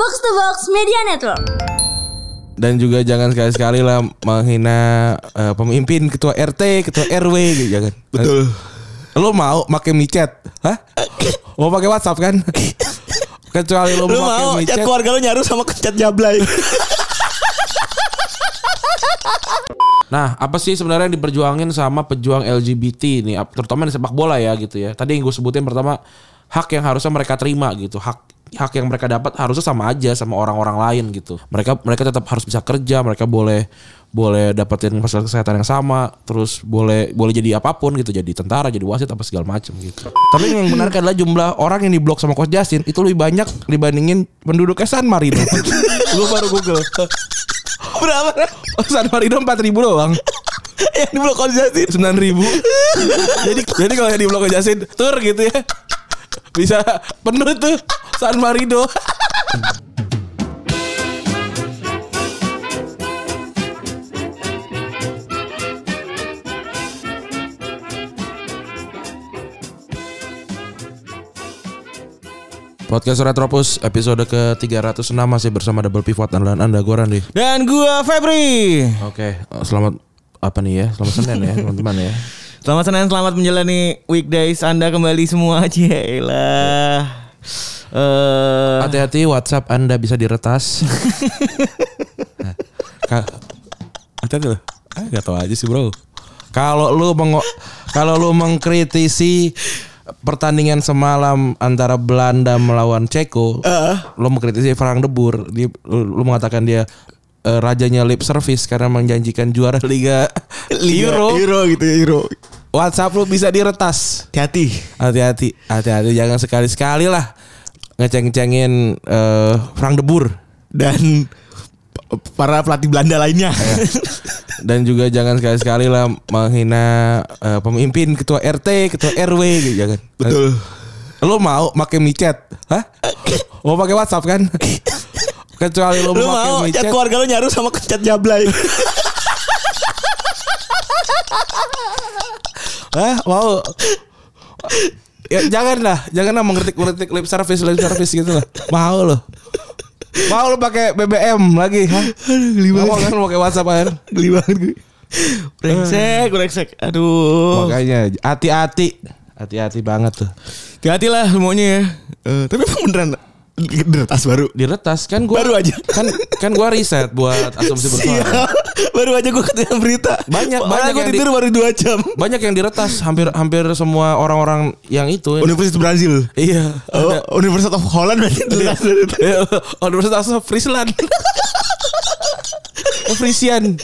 Box to Box Media Network. Dan juga jangan sekali-sekali lah menghina pemimpin, ketua RT, ketua RW gitu, jangan. Betul. Lo mau pakai micet? Hah? Mau pakai WhatsApp kan? Kecuali lo mau chat keluarga lo nyaru sama chat jablay. Nah, apa sih sebenarnya yang diperjuangin sama pejuang LGBT nih, terutama di sepak bola ya gitu ya. Tadi yang gue sebutin pertama, hak yang harusnya mereka terima gitu, hak yang mereka dapat harusnya sama aja sama orang-orang lain gitu. Mereka tetap harus bisa kerja, mereka boleh dapetin fasilitas kesehatan yang sama, terus boleh jadi apapun gitu, jadi tentara, jadi wasit apa segala macam gitu. Tapi yang benar adalah jumlah orang yang diblok sama Coach Justin itu lebih banyak dibandingin penduduknya San Marino. Gue baru Google. Berapa? San Marino 4.000 doang. Yang diblok Coach Justin 9.000. Jadi kalau yang diblok Coach Justin tur gitu ya, bisa penuh tuh San Marino. Podcast Retropus episode ke-306 masih bersama Double Pivot dan Anda, gue Randy. dan gua Febri. Oke, selamat apa nih ya? Selamat Senin ya teman-teman ya. Selamat Senin, selamat menjalani weekdays Anda kembali semua. Cielah. Hati-hati WhatsApp Anda bisa diretas. Hati-hati loh. Gak tau aja sih bro. Kalau lu mengkritisi pertandingan semalam antara Belanda melawan Ceko, lu mengkritisi Frank de Boer, lu mengatakan dia rajanya lip service karena menjanjikan juara Liga Euro gitu ya, Euro. WhatsApp lu bisa diretas. Hati-hati, jangan sekali-sekali lah ngeceng-cengin Frank de Boer Dan para pelatih Belanda lainnya. Dan juga jangan sekali-sekali lah menghina pemimpin, ketua RT, ketua RW gitu, jangan. Betul. Lo mau pakai micet? Hah? Mau pakai WhatsApp kan? Kecuali lo mau chat keluarga lo nyaru sama chat jablay. Hah? Mau? Ya janganlah mengkritik lip service gitu lah. Mau lo pakai BBM lagi, hah? Aduh, geli banget. Mau kan pakai WhatsApp aja. Geli banget gue. Brengsek. Aduh. Makanya hati-hati banget tuh. Hati-hati lah semuanya ya. Tapi emang beneran diretas baru. Diretas kan gua baru aja. Kan gua riset buat asumsi bersuara. Baru aja gue ketemu berita. Banyak gue tidur baru 2 jam. Banyak yang diretas, hampir semua orang-orang yang itu. Universitas Brazil. Iya. Universitas of Holland berarti diretas. Universitas of Friesland. Frisian.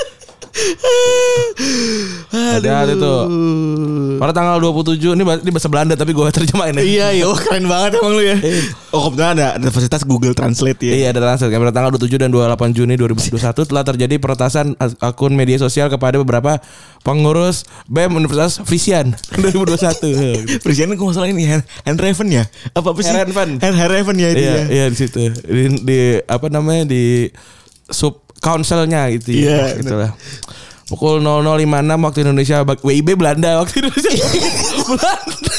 Ada tuh. Pada tanggal 27 ini bahasa Belanda tapi gue terjemahin ya. Iya, keren banget emang lu ya. Kebetulan ada fasilitas Google Translate ya. Iya, ada translate. Pada tanggal 27 dan 28 Juni 2021 telah terjadi peretasan akun media sosial kepada beberapa pengurus BEM Universitas Frisian 2021. Frisian kok masalah ini Handhaven ya? Apa sih? Handhaven ya itu ya. Iya di situ. Di apa namanya di sub councilnya gitu ya. Gitulah. Pukul 00.56 waktu Indonesia, WIB Belanda waktu Indonesia. Belanda.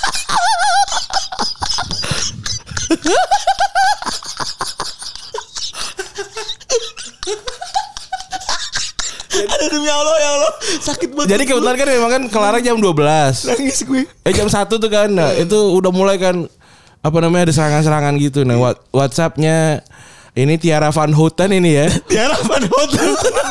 Aduh demi Allah ya Allah, sakit banget. Jadi kebetulan kan memang kan kelar jam 12. Nangis gue. Jam 1 tuh kan. Nah, itu udah mulai kan apa namanya ada serangan-serangan gitu. Nah, WhatsApp-nya ini Tiara Van Houten ini ya. Tiara Van Houten.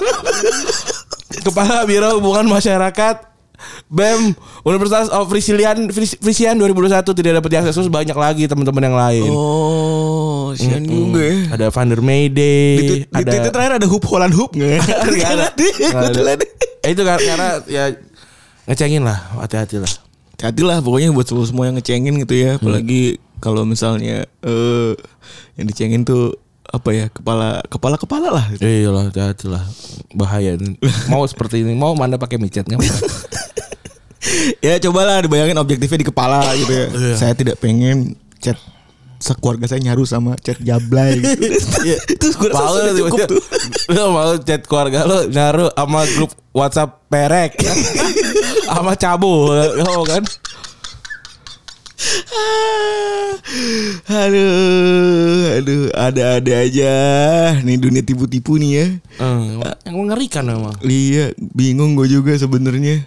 Kepala Biro Hubungan Masyarakat BEM Universitas of Frisian 2021 tidak dapat diakses, banyak lagi teman-teman yang lain. Oh, sian juga ya. Ada Van der Meyde. Di Twitter terakhir ada Holland Hoop nggak? Itu karena ya ngecengin lah, hati-hati lah pokoknya buat semua yang ngecengin gitu ya. Apalagi kalau misalnya yang dicengin tuh apa ya, kepala lah gitu. Iya lah, hati-hati lah, bahaya. Mau seperti ini, mau mana pakai micet nggak? Ya cobalah dibayangin objektifnya di kepala gitu ya. Saya tidak pengen chat sekeluarga saya nyaru sama chat jablay gitu. Itu gue rasa sudah cukup tuh. Lo mau chat keluarga lo nyaru sama grup WhatsApp perek sama cabul, kan? Aduh, ada aja nih dunia tipu-tipu nih ya. Yang mengerikan memang. Iya, bingung gue juga sebenarnya.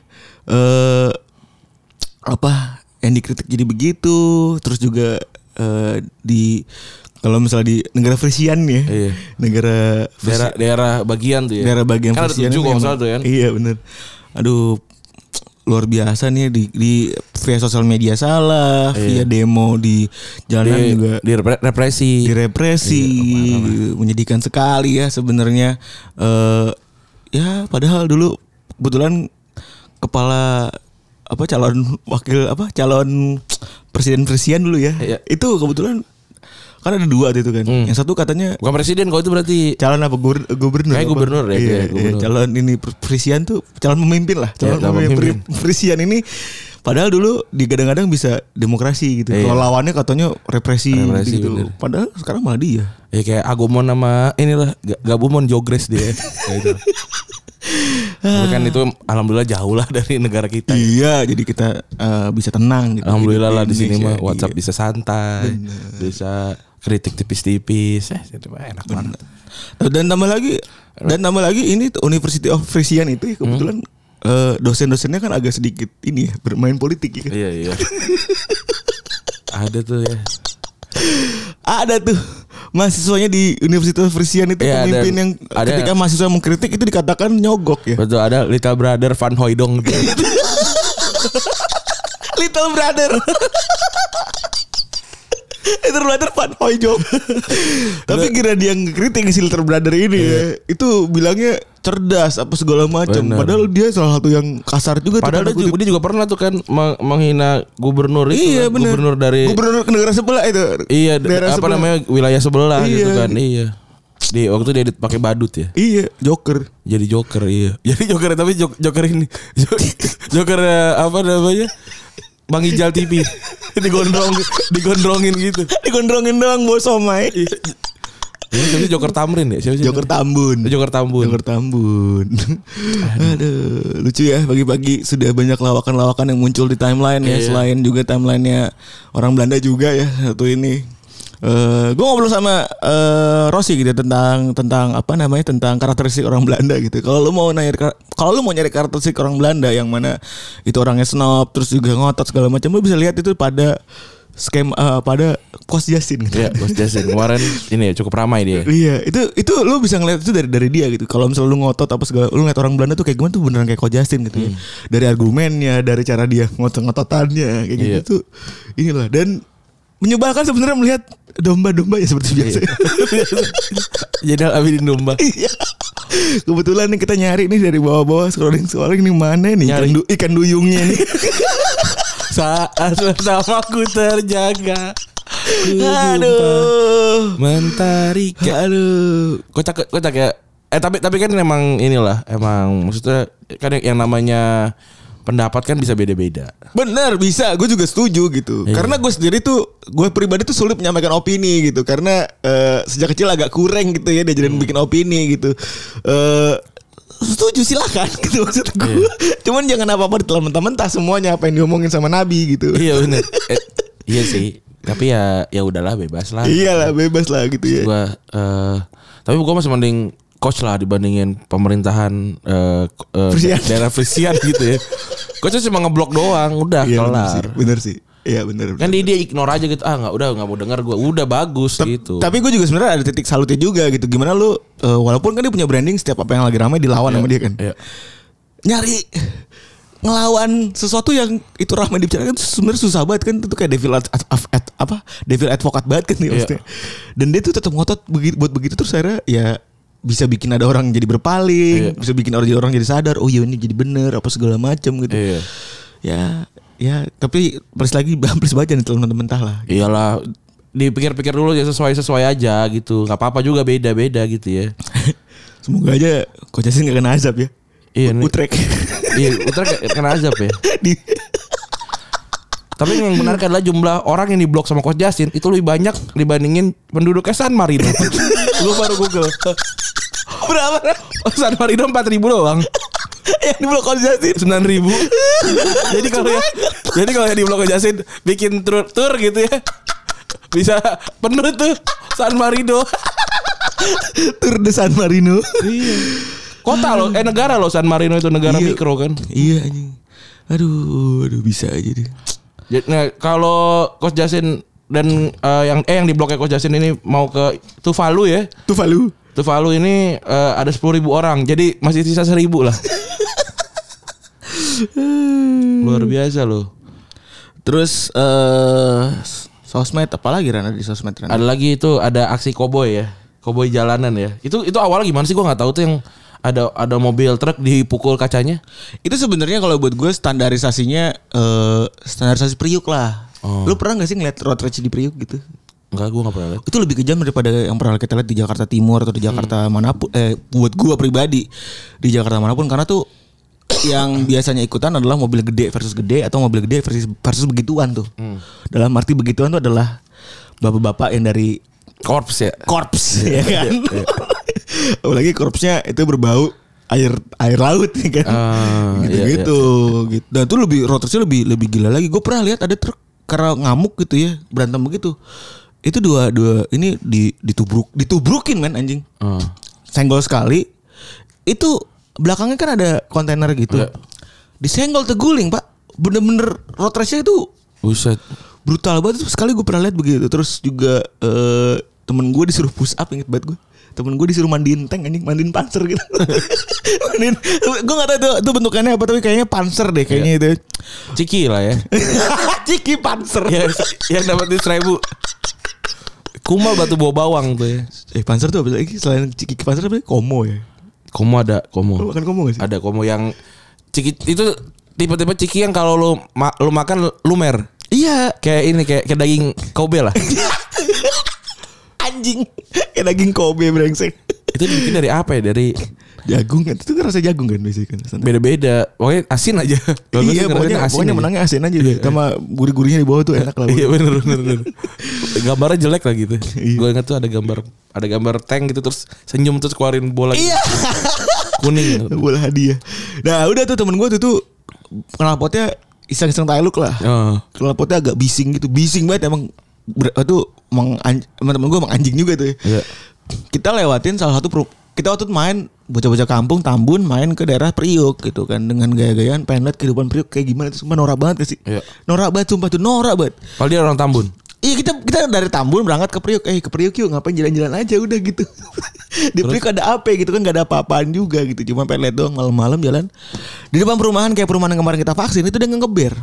Apa yang dikritik jadi begitu, terus juga di kalau misalnya di negara Frisian ya, iya. negara daerah bagian tuh ya. Daerah bagian kan Frisian ada 7 kalau salah tuh kan. Iya benar. Aduh, luar biasa nih di via sosial media salah, via demo di jalanan juga direpresi. Iya, menyedihkan sekali ya sebenarnya. Ya padahal dulu kebetulan kepala calon presiden Frisian dulu ya. Iya. Itu kebetulan kan ada 2 itu kan. Yang satu katanya bukan presiden, kalau itu berarti calon apa gubernur. Kayak gubernur ya. Iya, gubernur. Calon ini Frisian tuh calon pemimpin lah. Calon pemimpin Frisian ini padahal dulu digadang-gadang bisa demokrasi gitu. Kalau lawannya katanya represi gitu. Bener. Padahal sekarang malah dia. Ya kayak Agumon sama inilah Gabumon Jogres dia. Gitu. Tapi kan itu alhamdulillah jauh lah dari negara kita. Iya, jadi kita bisa tenang gitu. Alhamdulillah lah di sini mah WhatsApp bisa santai. Bener. Bisa kritik tipis-tipis. Enak banget. Dan tambah lagi ini University of Frisian itu ya, kebetulan dosen-dosennya kan agak sedikit ini ya, bermain politik ya. Iya. Ada tuh ya. Ada tuh mahasiswanya di Universitas Frisian itu pemimpin yang ketika mahasiswa mengkritik itu dikatakan nyogok ya. Betul, ada Little Brother Van Hooijdonk gitu. Little Brother Van Hooijdonk. Tapi kira dia ngekritik si Little Brother ini ya, itu bilangnya cerdas apa segala macam. Padahal dia salah satu yang kasar juga. Padahal dia juga pernah tuh kan menghina gubernur itu. Iya, kan? Bener. Gubernur negara sebelah itu. Iya, namanya wilayah sebelah gitu kan. Iya. Di waktu dia pakai badut ya. Iya, Joker. Jadi Joker, iya. Jadi Joker tapi Joker ini. Joker apa namanya? Bang Ijal TV. Digondrongin gitu. Digondrongin doang bawa somai. Ini Joker Tamrin ya? Siapa Joker Tambun. Aduh, lucu ya, pagi-pagi sudah banyak lawakan-lawakan yang muncul di timeline ya. Selain juga timelinenya orang Belanda juga ya satu ini. Gue ngobrol sama Rossi gitu tentang apa namanya, tentang karakteristik orang Belanda gitu. Kalau lu mau nyari karakteristik orang Belanda yang mana itu orangnya snob terus juga ngotot segala macam, lu bisa lihat itu pada pada Coach Justin gitu. Iya, Coach Justin kemarin ini ya cukup ramai dia. Iya, itu lu bisa ngeliat itu dari dia gitu. Kalau misalnya lu ngotot apa segala, lu ngeliat orang Belanda tuh kayak gimana tuh beneran kayak Coach Justin gitu ya. Dari argumennya, dari cara dia ngotot-ngototannya kayak gitu tuh inilah. Dan menyebalkan sebenarnya melihat domba-domba ya seperti biasa. Jenderal Abidin domba. Iya. Kebetulan nih kita nyari nih dari bawah-bawah scrolling nih mana nih ikan duyungnya nih. Saat bersamaku terjaga. Aduh. Mentari. Aduh. Kocak ya. Tapi kan emang inilah, emang maksudnya kan yang namanya pendapat kan bisa beda-beda. Bener, bisa. Gue juga setuju gitu. Iya. Karena gue sendiri tuh, gue pribadi tuh sulit menyampaikan opini gitu. Karena sejak kecil agak kurang gitu ya diajarin bikin opini gitu. Setuju silakan gitu maksud gue. Cuman jangan apa-apa ditelan mentah-mentah semuanya apa yang diomongin sama Nabi gitu. Iya benar. Iya sih. Tapi ya udahlah, bebas lah. Iyalah, bebas lah gitu ya. Tapi gue masih mending coach lah dibandingin pemerintahan daerah Frisian gitu ya. Coach cuma ngeblok doang, udah kelar. Bener sih. Iya bener. Kan dia ignore aja gitu. Nggak mau dengar gue. Udah bagus gitu. Tapi gue juga sebenarnya ada titik salutnya juga gitu. Gimana lu walaupun kan dia punya branding, setiap apa yang lagi ramai dilawan sama dia kan. Iya. Nyari ngelawan sesuatu yang itu ramai dibicarakan sebenarnya susah banget kan. Itu kayak devil advocate banget kan maksudnya. Dan dia tuh tetap ngotot buat begitu terus akhirnya ya bisa bikin ada orang jadi berpaling, bisa bikin orang jadi sadar, oh iya ini jadi bener apa segala macam gitu. Iya. Ya, tapi plus lagi hampir sebagian itu mentah lah. Gitu. Iyalah, dipikir-pikir dulu ya sesuai aja gitu. Gak apa-apa juga beda-beda gitu ya. Semoga aja Coach Justin gak kena azab ya. Iya, Utrecht. Iya, Utrecht kena azab ya. Tapi yang benar adalah jumlah orang yang diblok sama Coach Justin itu lebih banyak dibandingin penduduknya San Marino. Gue baru Google. Berapa? San Marino 4.000 doang. Yang di blok Coach Justin 9.000. Jadi kalau yang di blok Coach Justin bikin tur gitu ya, bisa penuh tuh San Marino. Tour de San Marino. Iya. Kota loh, negara loh San Marino itu negara mikro kan. Iya anjing. Aduh bisa aja deh. Nah, kalau Coach Justin dan yang di bloknya Coach Justin ini mau ke Tuvalu ya. Tuvalu ini ada 10.000 orang. Jadi masih sisa 1.000 lah. Luar biasa loh. Terus sosmed apa lagi Ran di sosmed Ran? Ada lagi itu ada aksi koboi ya. Koboi jalanan ya. Itu awalnya gimana sih, gue enggak tahu tuh yang ada mobil truk dipukul kacanya. Itu sebenarnya kalau buat gue standarisasinya standarisasi Priuk lah. Oh. Lu pernah gak sih ngeliat road rage di Priuk gitu? Enggak, gue gak pernah lihat. Itu lebih kejam daripada yang pernah kita lihat di Jakarta Timur atau di Jakarta manapun. Buat gue pribadi di Jakarta manapun, karena tuh yang biasanya ikutan adalah mobil gede versus gede atau mobil gede versus begituan tuh. Dalam arti begituan tuh adalah bapak-bapak yang dari korps ya ya kan. Apalagi korpsnya itu berbau air laut ya kan. Gitu. Dan itu lebih rotasnya lebih gila lagi. Gue pernah lihat ada truk karena ngamuk gitu ya, berantem begitu. Itu dua ini ditubrukin men anjing. Senggol sekali. Itu belakangnya kan ada kontainer gitu. Disenggol teguling, Pak. Bener-bener rotasnya itu buset. Brutal banget. Sekali gue pernah lihat begitu. Terus juga temen gue disuruh push up, inget banget gue. Temen gue disuruh mandiin tank anjing, mandiin panser gitu. Gue gak tahu itu bentukannya apa, tapi kayaknya panser deh kayaknya itu. Ciki lah ya. Ciki panser. Yang dapat 1.000. Kumal batu bawa bawang tuh ya. Panser tuh apa lagi selain ciki panser, apa? Komo ya. Komo ada komo. Lu makan komo gak sih? Ada komo yang ciki itu tipe-tipe ciki yang kalau lu makan lumer. Iya. Kayak daging Kobe lah. Anjing, kayak daging Kobe brengsek. Itu dibikin dari apa ya? Dari jagung kan. Itu kan rasa jagung kan biasanya kan. Beda-beda. Pokoknya asin aja. Iya, pokoknya menangnya asin aja deh. Sama gurih-gurihnya di bawah tuh enak lah. Iya bener. Gambarnya jelek lah gitu. Gue ingat tuh ada gambar tank gitu, terus senyum terus keluarin bola. Iya. Kuning. Bola hadiah. Nah, udah tuh temen gue tuh knalpotnya iseng-iseng tailuk lah. Knalpotnya agak bising gitu. Bising banget emang. Itu teman-teman gue emang anjing juga tuh ya. Kita lewatin salah satu kita waktu itu main bocah-bocah kampung Tambun, main ke daerah Priuk gitu kan, dengan gaya-gayaan pengen lihat kehidupan Priuk kayak gimana. Itu sumpah norak banget sih. Norak banget sumpah tuh, norak banget. Kalau dia orang Tambun. Iya, kita dari Tambun berangkat ke Priuk. Ke Priuk yuk, ngapain jalan-jalan aja udah gitu. Di Priuk ada apa gitu kan, gak ada apa-apaan juga gitu. Cuma pengen lihat doang malam-malam jalan. Di depan perumahan kayak perumahan yang kemarin kita vaksin itu dia ngegeber.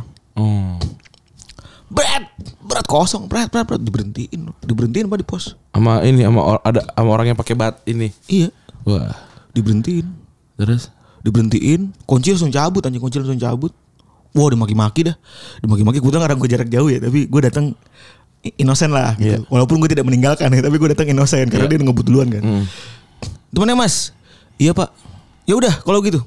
Berat kosong, berat diberhentiin apa di pos? Sama orang yang pakai bat ini. Iya. Wah, diberhentiin. Terus diberhentiin, kunci langsung cabut. Wah, dimaki-maki dah. Kebetulan karena gue jarak jauh ya, tapi gue datang inosen lah gitu. Walaupun gue tidak meninggalkan ya, tapi gue datang inosen karena dia ngebut duluan kan. Temannya Mas. Iya, Pak. Ya udah kalau gitu.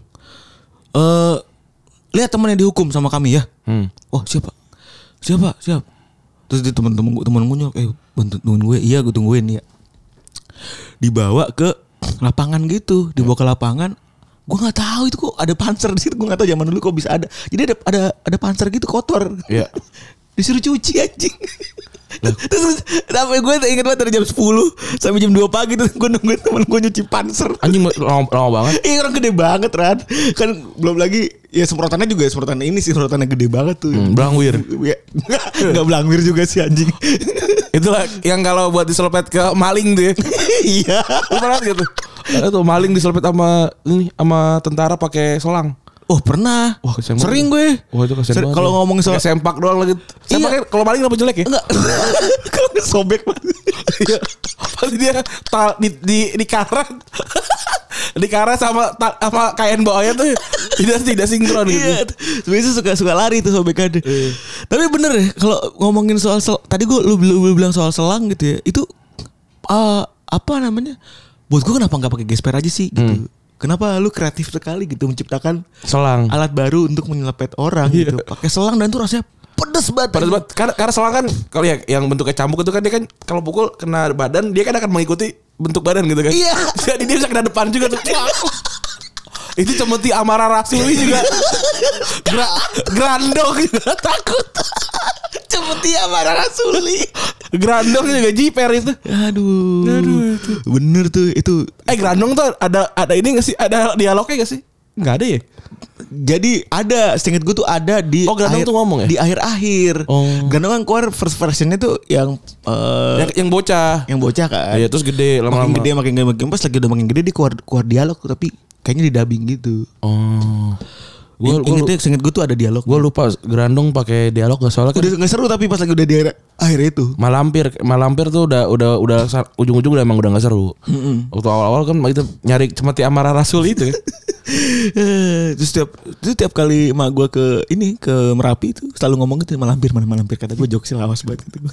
Lihat temannya dihukum sama kami ya. Oh, siapa? Terus dia temen gue nyolok, bantuin gue. Iya, gue tungguin ya. Dibawa ke lapangan gitu, dibawa ke lapangan. Gue nggak tahu itu kok ada panser di situ. Gue nggak tahu zaman dulu kok bisa ada. Jadi ada panser gitu kotor. Iya. Disuruh cuci anjing. Terus sampai gue ingat banget dari jam 10 sampai jam 2 pagi tuh gue nungguin temen gue nyuci panser. Anjing lama banget. Iya, orang gede banget Ran. Kan belum lagi ya semprotannya semprotannya gede banget tuh. Belangwir. Enggak belangwir juga sih anjing. Itulah yang kalau buat diselopet ke maling tuh ya. Iya. Lu pernah gitu? Ada tuh maling diselopet sama tentara pakai selang. Oh pernah. Wah, sering gue. Wah, itu kasihan banget. Kalau ngomong soal sempak doang lagi. Sempaknya kalau maling kenapa jelek ya? Enggak. Kalau sobek banget. Iya. Pasti dia di karat. Di karat sama kain bawahnya tuh tidak sinkron gitu. Iya. Sebenarnya suka lari tuh sobekannya. Tapi bener ya, kalau ngomongin soal tadi lu bilang soal selang gitu ya. Itu apa namanya? Buat gue kenapa enggak pakai gesper aja sih gitu. Kenapa lu kreatif sekali gitu menciptakan selang, alat baru untuk menyelepet orang gitu. Pakai selang dan itu rasanya pedes banget. Karena selang kan kalau yang bentuknya cambuk itu kan dia kan kalau pukul kena badan dia kan akan mengikuti bentuk badan gitu kan. Iya. Jadi dia bisa kena depan juga tuh. Itu Cemeti Amara Rasuli juga. Grandong juga takut. Cemeti Amara Rasuli. Grandong juga jiper itu. Aduh itu. Bener tuh itu. Grandong tuh ada ini gak sih? Ada dialognya gak sih? Nggak ada ya? Jadi ada, seinget gue tuh ada di Grandong tuh ngomong ya? Di akhir-akhir. Grandong kan keluar first versionnya tuh yang yang bocah. Yang bocah kan. Iya, terus gede lama-lama. Makin gede pas lagi udah makin gede dia keluar dialog tapi kayaknya di dubbing gitu. Seinget gue tuh ada dialog. Gue lupa Grandong pakai dialog gak, soalnya kan udah nggak seru tapi pas lagi udah di akhir itu. Malampir tuh udah ujung-ujung emang udah nggak seru. Waktu awal-awal kan itu nyari Cemeti Amara Rasul itu. Terus tiap kali emak gue ke Merapi itu selalu ngomong gitu malampir kata gue jokesnya lawas banget gitu.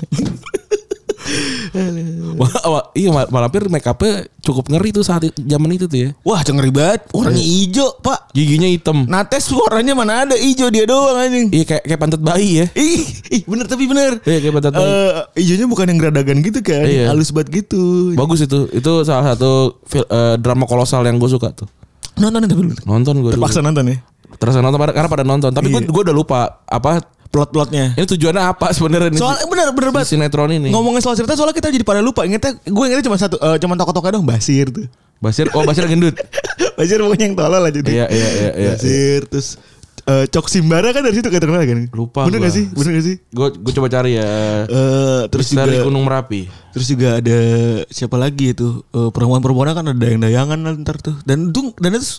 Iya, Malampir make upnya cukup ngeri tuh saat zaman itu tuh ya. Wah, ngeri banget. Warnanya hijau, Pak. Giginya hitam. Nates warnanya mana ada hijau, dia doang anjing. Iya, kayak pantat bayi ya. Bener tapi bener. Iya, kayak pantat bayi. Hijaunya bukan yang geradagan gitu kan. Iya. Halus banget gitu. Bagus itu. Itu salah satu drama kolosal yang gue suka tuh. Nonton gue. Terpaksa nonton ya. Terus nonton karena pada nonton. Tapi gue udah lupa apa plot-plotnya. Ini tujuannya apa sebenarnya? Soalnya bener banget. Sinetron ini. Ngomongin soal cerita soalnya kita jadi pada lupa. Gue ingetnya cuma satu, cuma tokoh-tokohnya dong, Basir tuh. Basir gendut. Basir pokoknya yang tolol aja tuh. Iya. Basir terus Cok Simbara kan dari situ kayak terkenal kan? Lupa. Bener gak sih? Gue coba cari ya. Terus dari juga Gunung Merapi. Terus juga ada siapa lagi itu? Perempuan-perempuan kan ada dayangan ntar tuh. Dan itu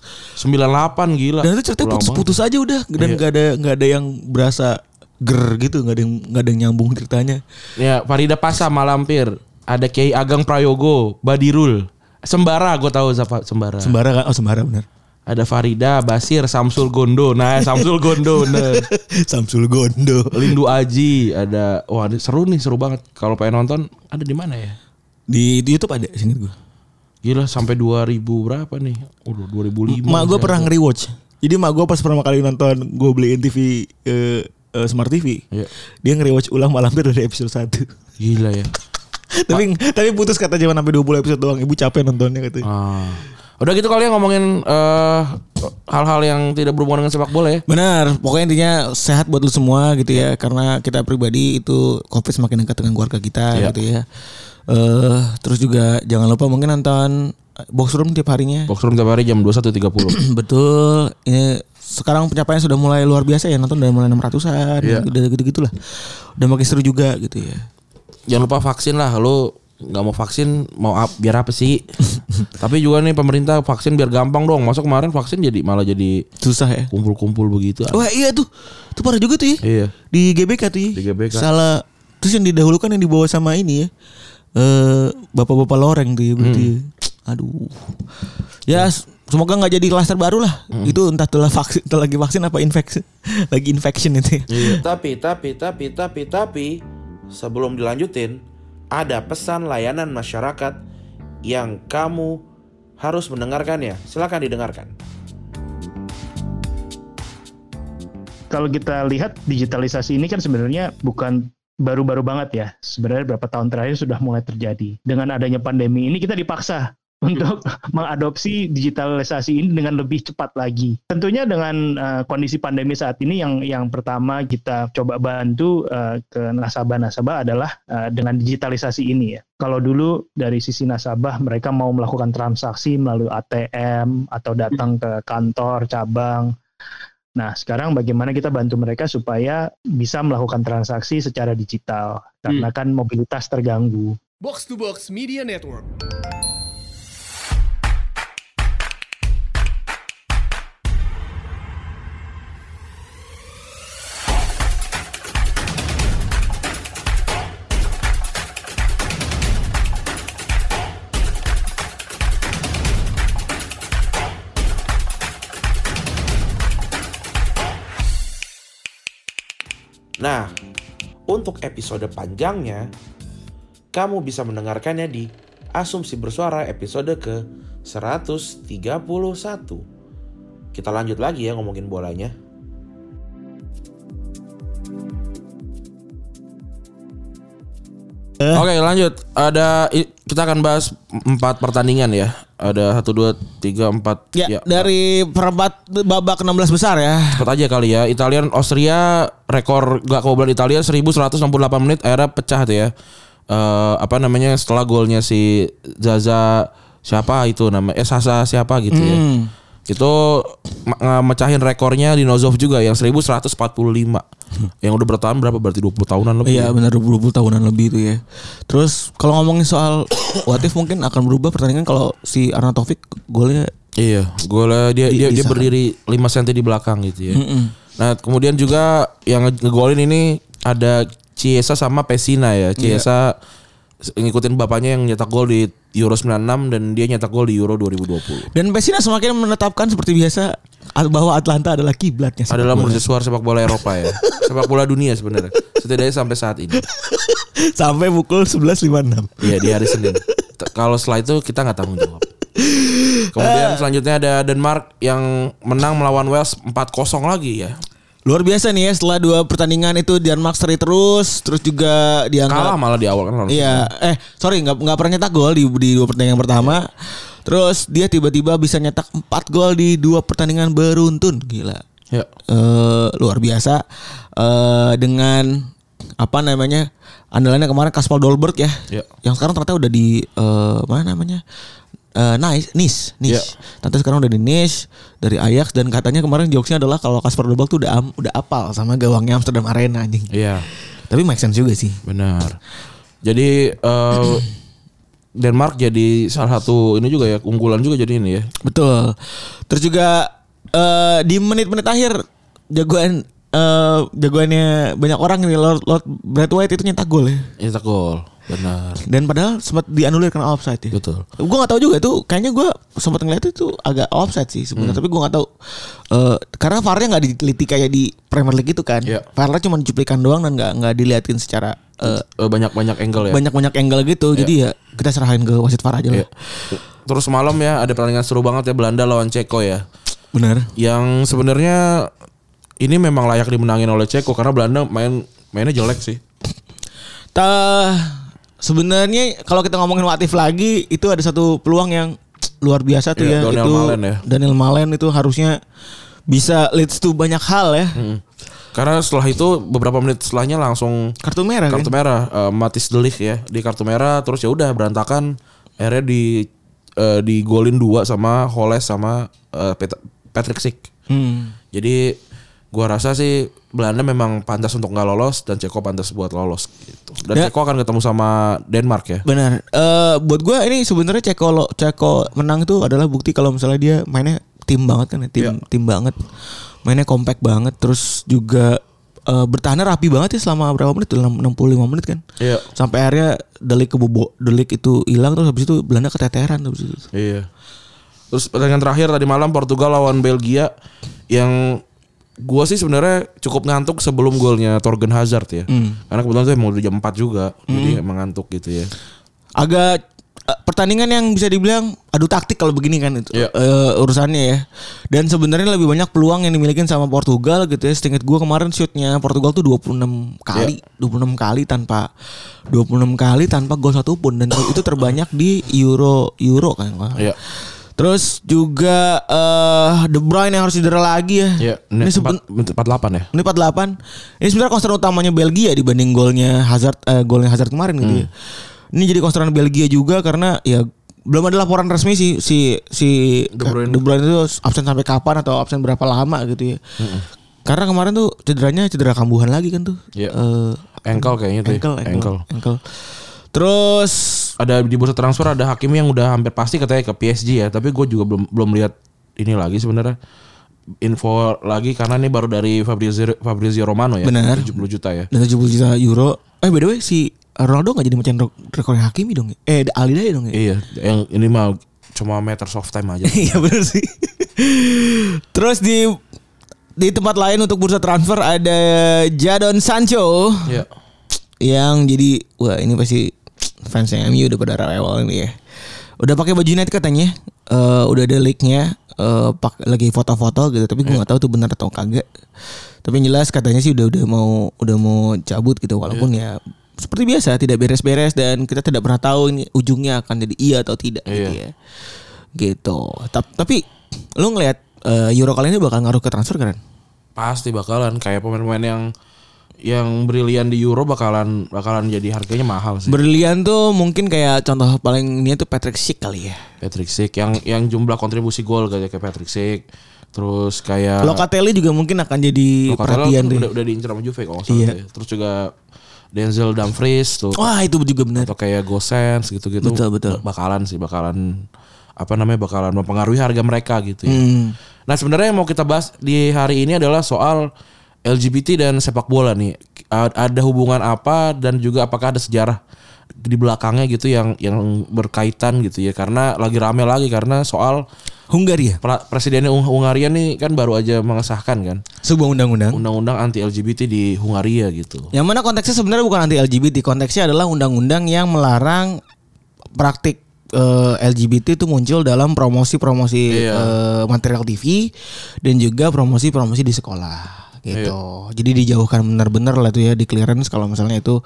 98 gila. Dan itu ceritanya putus-putus aja udah. Dan nggak ada yang berasa gitu, nggak ada yang nyambung ceritanya. Ya, Farida Pasa Malampir, ada Kiai Ageng Prayogo, Badirul, Sembara, gue tahu siapa Sembara. Sembara kan? Oh, Sembara benar. Ada Farida, Basir, Samsul Gondo. Nah, Samsul Gondo bener. Samsul Gondo. Lindu Aji, ada. Wah, seru banget. Kalau pengen nonton, ada di mana ya? Di YouTube ada, singkat gue. Gila, sampai 2000 berapa nih? 2005. Mak gue pernah nge-rewatch. Jadi mak gue pas pertama kali nonton, gue beliin TV Smart TV. Iya. Dia nge-rewatch ulang Malampir dari episode 1. Gila ya. tapi putus kata jangan sampai 20 episode doang. Ibu capek nontonnya katanya. Udah gitu kali ya ngomongin hal-hal yang tidak berhubungan dengan sepak bola ya. Benar, pokoknya intinya sehat buat lu semua gitu ya. Karena kita pribadi itu Covid semakin dekat dengan keluarga kita gitu ya. Terus juga jangan lupa mungkin nonton Box Room tiap harinya. Box Room tiap hari jam 21.30. Betul. Ini sekarang pencapaiannya sudah mulai luar biasa ya, nonton udah mulai 600-an. Udah gitu-gitulah. Udah makin seru juga gitu ya. Jangan lupa vaksin lah. Lu nggak mau vaksin biar apa sih? Tapi juga nih pemerintah vaksin biar gampang dong. Masa kemarin vaksin malah jadi susah ya. Kumpul-kumpul begitu. Wah iya tuh parah juga tuh ya. Iya. Di GBK tuh ya. Di GBK. Salah. Terus yang didahulukan yang dibawa sama ini ya. Bapak-bapak loreng tuh ya berarti. Aduh. Ya semoga nggak jadi klaster baru lah. Itu entah lagi vaksin apa infeksi. Lagi infection itu ya. Iya. Tapi sebelum dilanjutin, ada pesan layanan masyarakat yang kamu harus mendengarkannya. Silakan didengarkan. Kalau kita lihat digitalisasi ini kan sebenarnya bukan baru-baru banget ya. Sebenarnya beberapa tahun terakhir sudah mulai terjadi. Dengan adanya pandemi ini kita dipaksa untuk mengadopsi digitalisasi ini dengan lebih cepat lagi. Tentunya dengan kondisi pandemi saat ini yang pertama kita coba bantu ke nasabah-nasabah adalah dengan digitalisasi ini ya. Kalau dulu dari sisi nasabah mereka mau melakukan transaksi melalui ATM atau datang ke kantor cabang. Nah, sekarang bagaimana kita bantu mereka supaya bisa melakukan transaksi secara digital karena kan mobilitas terganggu. Box to Box Media Network. Nah, untuk episode panjangnya, kamu bisa mendengarkannya di Asumsi Bersuara episode ke 131. Kita lanjut lagi ya ngomongin bolanya. Oke, lanjut. Kita akan bahas 4 pertandingan ya. Ada 1, 2, 3, 4. Ya, dari perempat babak 16 besar ya. Cepat aja kali ya. Italian Austria rekor gak kebobolan Italia 1168 menit akhirnya pecah tuh ya. Setelah golnya si Zaza siapa itu namanya Sasa siapa gitu ya. Itu mecahin rekornya Dinozov juga yang 1145. Yang udah bertahan berapa berarti 20 tahunan lebih. Iya benar 20 tahunan lebih itu ya. Terus kalau ngomongin soal what if mungkin akan berubah pertandingan kalau si Arnautovic golnya. Iya, golnya dia berdiri 5 cm di belakang gitu ya. Nah, kemudian juga yang ngegolin ini ada Chiesa sama Pessina ya. Chiesa ngikutin bapaknya yang nyetak gol di Euro 96 dan dia nyetak gol di Euro 2020. Dan Pessina semakin menetapkan seperti biasa bahwa Atlanta adalah kiblatnya. Adalah mercusuar sepak bola Eropa ya. Sepak bola dunia sebenarnya. Setidaknya sampai saat ini. Sampai pukul 11.56. Iya di hari Senin. Kalau setelah itu kita nggak tanggung jawab. Kemudian selanjutnya ada Denmark yang menang melawan Wales 4-0 lagi ya. Luar biasa nih ya, setelah 2 pertandingan itu Denmark seri terus juga dianggap kalah malah di awal kan. Iya, nggak pernah nyetak gol di 2 pertandingan pertama. Terus dia tiba-tiba bisa nyetak 4 gol di 2 pertandingan beruntun, gila. Ya. Luar biasa. Dengan andalannya kemarin Kasper Dolberg ya. Yang sekarang ternyata udah di Nice. Yeah. Ternyata sekarang udah di Nice dari Ajax dan katanya kemarin jokesnya adalah kalau Kasper Dolberg tuh udah apal sama gawangnya Amsterdam Arena anjing. Iya. Tapi make sense juga sih. Benar. Jadi Denmark jadi salah satu ini juga ya unggulan juga jadi ini ya. Betul. Terus juga di menit-menit akhir jagoannya banyak orang nih Lord Braithwaite itu nyetak gol ya. Nyetak gol. Benar. Dan padahal sempat dianulir karena offside ya. Betul. Gue nggak tahu juga tuh. Kayaknya gue sempat ngeliat itu agak offside sih sebenarnya. Tapi gue nggak tahu. Karena VAR-nya nggak diteliti kayak di Premier League itu kan. Yeah. VAR-nya cuma dicuplikan doang dan nggak diliatin secara banyak angle ya. Banyak angle gitu. Jadi ya kita serahin ke wasit VAR aja lah. Terus malam ya ada pertandingan seru banget ya Belanda lawan Ceko ya. Benar. Yang sebenarnya ini memang layak dimenangin oleh Ceko karena Belanda mainnya jelek sih. Sebenarnya kalau kita ngomongin what if lagi itu ada satu peluang yang luar biasa tuh ya. Daniel Malen itu harusnya bisa leads to banyak hal ya. Karena setelah itu beberapa menit setelahnya langsung kartu merah. Matthijs de Ligt ya di kartu merah terus ya udah berantakan. Akhirnya di golin 2 sama Holes sama Patrick Schick. Jadi gua rasa sih Belanda memang pantas untuk nggak lolos dan Ceko pantas buat lolos gitu. Dan Ceko akan ketemu sama Denmark ya. Benar. Buat gue ini sebenarnya Ceko menang itu adalah bukti kalau misalnya dia mainnya tim banget kan, tim banget, mainnya compact banget, terus juga bertahannya rapi banget ya selama berapa menit? 65 menit kan. Iya. Sampai akhirnya De Ligt itu hilang terus habis itu Belanda keteteran habis itu. Iya. Terus pertandingan terakhir tadi malam Portugal lawan Belgia yang gua sih sebenarnya cukup ngantuk sebelum golnya Thorgan Hazard ya. Karena kebetulan tuh emang udah jam 4 juga. Jadi emang ngantuk gitu ya. Agak pertandingan yang bisa dibilang adu taktik kalau begini kan itu urusannya ya. Dan sebenarnya lebih banyak peluang yang dimiliki sama Portugal gitu ya. Seingat gua kemarin shootnya Portugal tuh 26 kali, 26 kali tanpa gol satupun dan itu terbanyak di Euro kan. Iya. Terus juga De Bruyne yang harus cedera lagi ya. Iya, ini 48 ya. Ini 48. Ini sebenarnya concern utamanya Belgia dibanding golnya Hazard kemarin gitu ya. Ini jadi concern Belgia juga karena ya belum ada laporan resmi si De Bruyne itu absen sampai kapan atau absen berapa lama gitu ya. Karena kemarin tuh cedera kambuhan lagi kan tuh. Iya. Ankle kayaknya tuh. Ankle. Terus ada di bursa transfer ada Hakimi yang udah hampir pasti katanya ke PSG ya, tapi gue juga belum lihat ini lagi sebenarnya info lagi karena ini baru dari Fabrizio Romano ya. Benar. 70 juta ya. Dan 70 juta euro. By the way si Ronaldo enggak jadi mecahin rekornya Hakimi dong ya? Alida dong ya? Iya, yang ini mah cuma matters of time aja. Iya benar sih. Terus di tempat lain untuk bursa transfer ada Jadon Sancho. Iya. Yang jadi wah ini pasti fansnya MU udah pada rewel ini ya. Udah pakai baju United katanya. Udah ada leak-nya, lagi foto-foto gitu, tapi gue nggak tahu tuh benar atau kagak. Tapi yang jelas katanya sih udah mau cabut gitu, walaupun ya seperti biasa tidak beres-beres dan kita tidak pernah tahu ini ujungnya akan jadi iya atau tidak gitu ya. Gitu. Tapi lu ngelihat Euro kali ini bakal ngaruh ke transfer kan? Pasti bakalan kayak pemain-pemain yang brilian di Euro bakalan jadi harganya mahal sih. Brilian tuh mungkin kayak contoh paling ini tuh Patrick Schick kali ya. Patrick Schick yang jumlah kontribusi gol kayak Patrick Schick. Terus kayak Locatelli juga mungkin akan jadi perhatian deh. Udah diincar sama Juve kalau nggak salah. Iya. Terus juga Denzel Dumfries tuh. Wah, itu juga benar. Atau kayak Gosens gitu-gitu. Betul. Bakalan mempengaruhi harga mereka gitu ya. Nah, sebenarnya yang mau kita bahas di hari ini adalah soal LGBT dan sepak bola nih. Ada hubungan apa dan juga apakah ada sejarah di belakangnya gitu yang berkaitan gitu ya. Karena lagi rame lagi karena soal Hungaria. Presiden Hungaria nih kan baru aja mengesahkan kan sebuah undang-undang anti LGBT di Hungaria gitu. Yang mana konteksnya sebenarnya bukan anti LGBT, konteksnya adalah undang-undang yang melarang praktik LGBT itu muncul dalam promosi-promosi material TV dan juga promosi-promosi di sekolah gitu. Jadi dijauhkan benar-benar lah tuh ya, di clearance kalau misalnya itu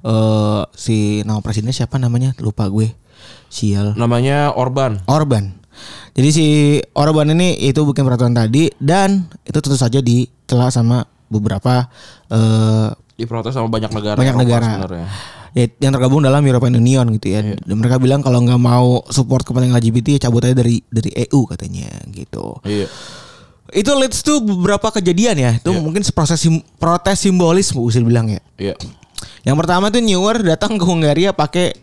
si nama presidennya siapa namanya? Lupa gue. Sial. Namanya Orban. Jadi si Orban ini itu bikin peraturan tadi dan itu tentu saja dicela sama beberapa diprotes sama banyak negara. Sebenarnya. Ya, yang tergabung dalam European Union gitu ya. Dan mereka bilang kalau nggak mau support kepentingan LGBT ya cabut aja dari EU katanya gitu. Iya. Itu leads to beberapa kejadian ya. Itu mungkin protes simbolis bisa dibilang ya. Iya. Yang pertama tuh Neuer datang ke Hungaria pakai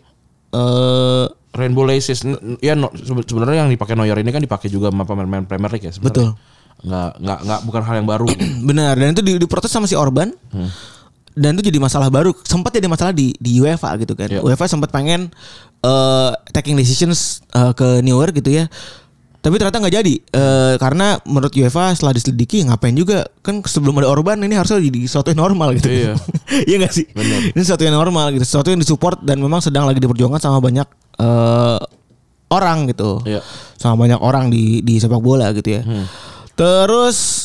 Rainbow Laces ya sebenarnya yang dipakai Neuer ini kan dipakai juga sama pemain Premier League ya sebenarnya. Betul. Enggak bukan hal yang baru. Benar, dan itu diprotes sama si Orban. Dan itu jadi masalah baru, sempat jadi masalah di UEFA gitu kan. UEFA sempat pengen taking decisions ke Neuer gitu ya. Tapi ternyata nggak jadi karena menurut UEFA setelah diselidiki ngapain juga kan sebelum ada Orban ini harusnya jadi sesuatu yang normal gitu. Iya. Iya nggak sih? Bener. Ini sesuatu yang normal gitu, sesuatu yang disupport dan memang sedang lagi diperjuangkan sama banyak orang gitu, sama banyak orang di sepak bola gitu ya. Terus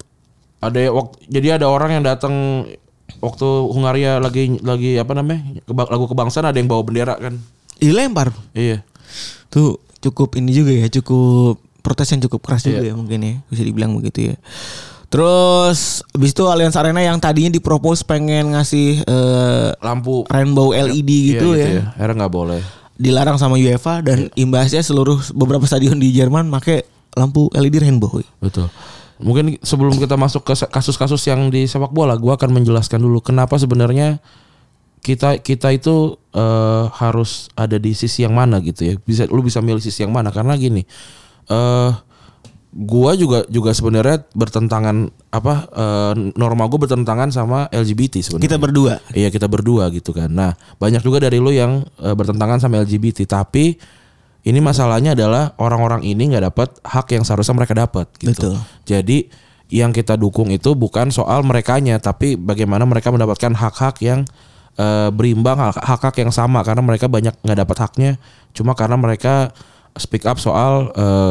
ada orang yang datang waktu Hungaria lagi apa namanya lagu kebangsaan, ada yang bawa bendera kan? Dilempar. Iya. Tuh cukup ini juga ya, cukup protes yang cukup keras juga ya mungkin ya, bisa dibilang begitu ya. Terus habis itu Allianz Arena yang tadinya dipropose pengen ngasih lampu rainbow LED gitu ya. Akhirnya nggak boleh. Dilarang sama UEFA dan imbasnya beberapa stadion di Jerman pakai lampu LED rainbow. Betul. Mungkin sebelum kita masuk ke kasus-kasus yang di sepak bola, gue akan menjelaskan dulu kenapa sebenarnya kita itu harus ada di sisi yang mana gitu ya. Lu bisa milih sisi yang mana karena gini. Gua juga sebenarnya bertentangan norma gue bertentangan sama LGBT sebenarnya. Kita berdua. Iya, kita berdua gitu kan. Nah, banyak juga dari lu yang bertentangan sama LGBT, tapi ini masalahnya adalah orang-orang ini nggak dapat hak yang seharusnya mereka dapat gitu. Betul. Jadi yang kita dukung itu bukan soal merekanya, tapi bagaimana mereka mendapatkan hak-hak yang berimbang, hak-hak yang sama, karena mereka banyak nggak dapat haknya cuma karena mereka speak up soal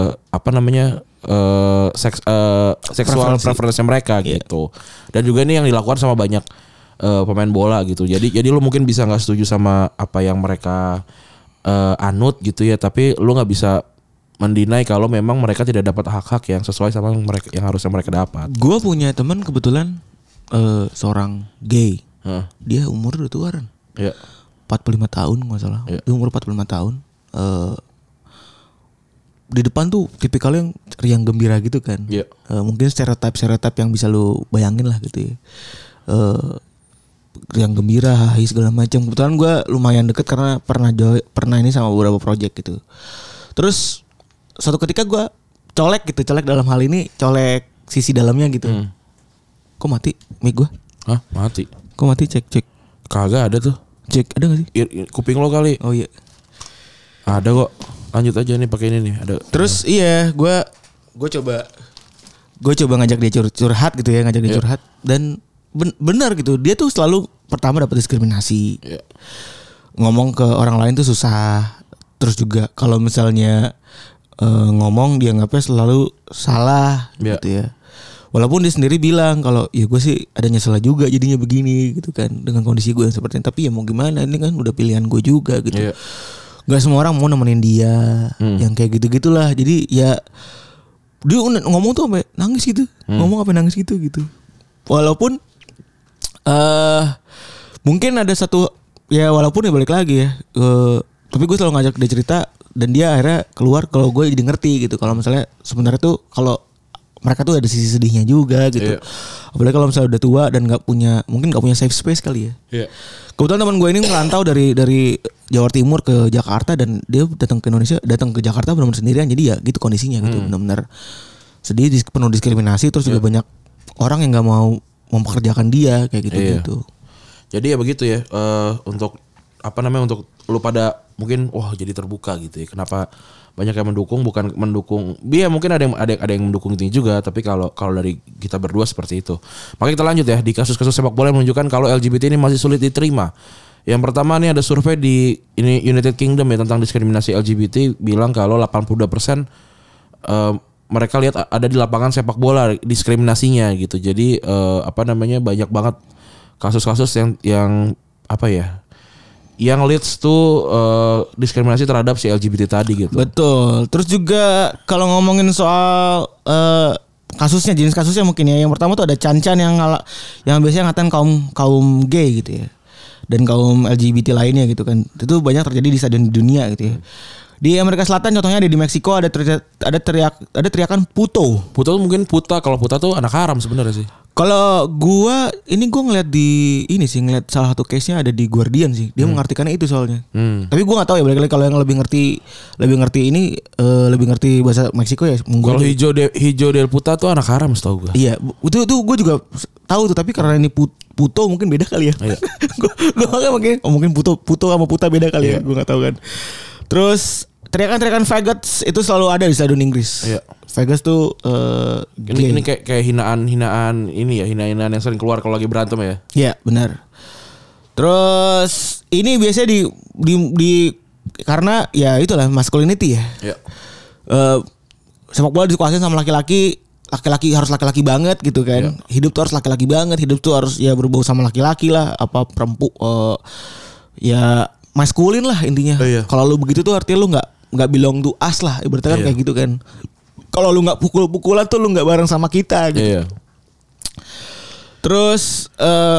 seksual preferensi mereka gitu. Dan juga ini yang dilakukan sama banyak pemain bola gitu. Jadi lu mungkin bisa nggak setuju sama apa yang mereka anut gitu ya, tapi lu nggak bisa mendinai kalau memang mereka tidak dapat hak-hak yang sesuai sama yang harusnya mereka dapat. Gue punya teman kebetulan seorang gay. Dia umur udah tuaran. Iya. 45 tahun nggak salah. Dia umur 45 tahun. Di depan tuh tipikal yang riang gembira gitu kan. Mungkin stereotip yang bisa lu bayangin lah gitu ya. Riang gembira, hahi segala macam. Kebetulan gue lumayan deket karena pernah ini sama beberapa project gitu. Terus suatu ketika gue colek dalam hal ini colek sisi dalamnya gitu. Kok mati mic gue? Hah, mati? Kok mati? Cek. Kagak ada tuh. Cek, ada gak sih? Kuping lo kali. Oh iya. Ada kok. Lanjut aja nih pakai ini nih. Ada. Terus gue coba ngajak dia curhat gitu ya, curhat dan benar gitu. Dia tuh selalu pertama dapat diskriminasi. Ngomong ke orang lain tuh susah. Terus juga kalau misalnya ngomong dia nganggapnya selalu salah gitu ya. Walaupun dia sendiri bilang kalau ya gue sih ada nyesel juga jadinya begini gitu kan dengan kondisi gue yang seperti ini. Tapi ya mau gimana, ini kan udah pilihan gue juga gitu. Gak semua orang mau nemenin dia, yang kayak gitu-gitulah. Jadi ya dia ngomong tuh sampai nangis gitu, ngomong sampai nangis gitu. Walaupun mungkin ada satu ya walaupun ya balik lagi ya, tapi gue selalu ngajak dia cerita dan dia akhirnya keluar kalau gue jadi ngerti gitu. Kalau misalnya sebenarnya tuh kalau mereka tuh ada sisi sedihnya juga gitu. Apalagi kalau misalnya udah tua dan mungkin nggak punya safe space kali ya. Kebetulan teman gue ini merantau dari Jawa Timur ke Jakarta dan dia datang ke Jakarta benar-benar sendirian. Jadi ya gitu kondisinya gitu, benar-benar sedih, penuh diskriminasi, terus juga banyak orang yang nggak mau mempekerjakan dia kayak gitu. Jadi ya begitu ya, untuk untuk lu pada mungkin jadi terbuka gitu ya. Kenapa banyak yang bukan mendukung. Iya mungkin ada yang mendukung ini juga, tapi kalau dari kita berdua seperti itu. Maka kita lanjut ya di kasus-kasus sepak bola yang menunjukkan kalau LGBT ini masih sulit diterima. Yang pertama nih ada survei di United Kingdom ya tentang diskriminasi LGBT bilang kalau 82% mereka lihat ada di lapangan sepak bola diskriminasinya gitu. Jadi banyak banget kasus-kasus yang yang leads to diskriminasi terhadap si LGBT tadi gitu. Betul. Terus juga kalau ngomongin soal jenis kasusnya mungkin ya. Yang pertama tuh ada Chan-Chan yang biasanya ngatain kaum gay gitu ya. Dan kaum LGBT lainnya gitu kan. Itu banyak terjadi di stadion dunia gitu ya. Di Amerika Selatan contohnya ada di Meksiko ada teriakan puto. Puto mungkin puta, kalau puta tuh anak haram sebenarnya sih. Kalau gua ngeliat ngeliat salah satu case-nya ada di Guardian sih. Dia mengartikannya itu soalnya. Tapi gua enggak tahu ya, balik lagi kalau yang lebih ngerti bahasa Meksiko ya. Kalau hijau del puta tuh anak haram setahu gua. Iya, itu gua juga tahu tuh, tapi karena ini puto mungkin beda kali ya. Iya. gua mungkin puto sama puta beda kali ya. Gua enggak tahu kan. Terus teriakan faggots itu selalu ada di stadion Inggris. Iya. Faggots tuh ini kayak hinaan yang sering keluar kalau lagi berantem ya. Iya, benar. Terus ini biasanya di karena ya itulah masculinity ya. Iya. Sepak bola dikuasain sama laki-laki harus laki-laki banget gitu kan. Iya. Hidup tuh harus laki-laki banget, hidup tuh harus ya berbau sama laki-laki lah, ya maskulin lah intinya. Iya. Kalau lu begitu tuh artinya lu nggak belong to us lah, ibaratnya kan kayak gitu kan. Kalau lu nggak pukul-pukulan tuh lu nggak bareng sama kita gitu. Iya. Terus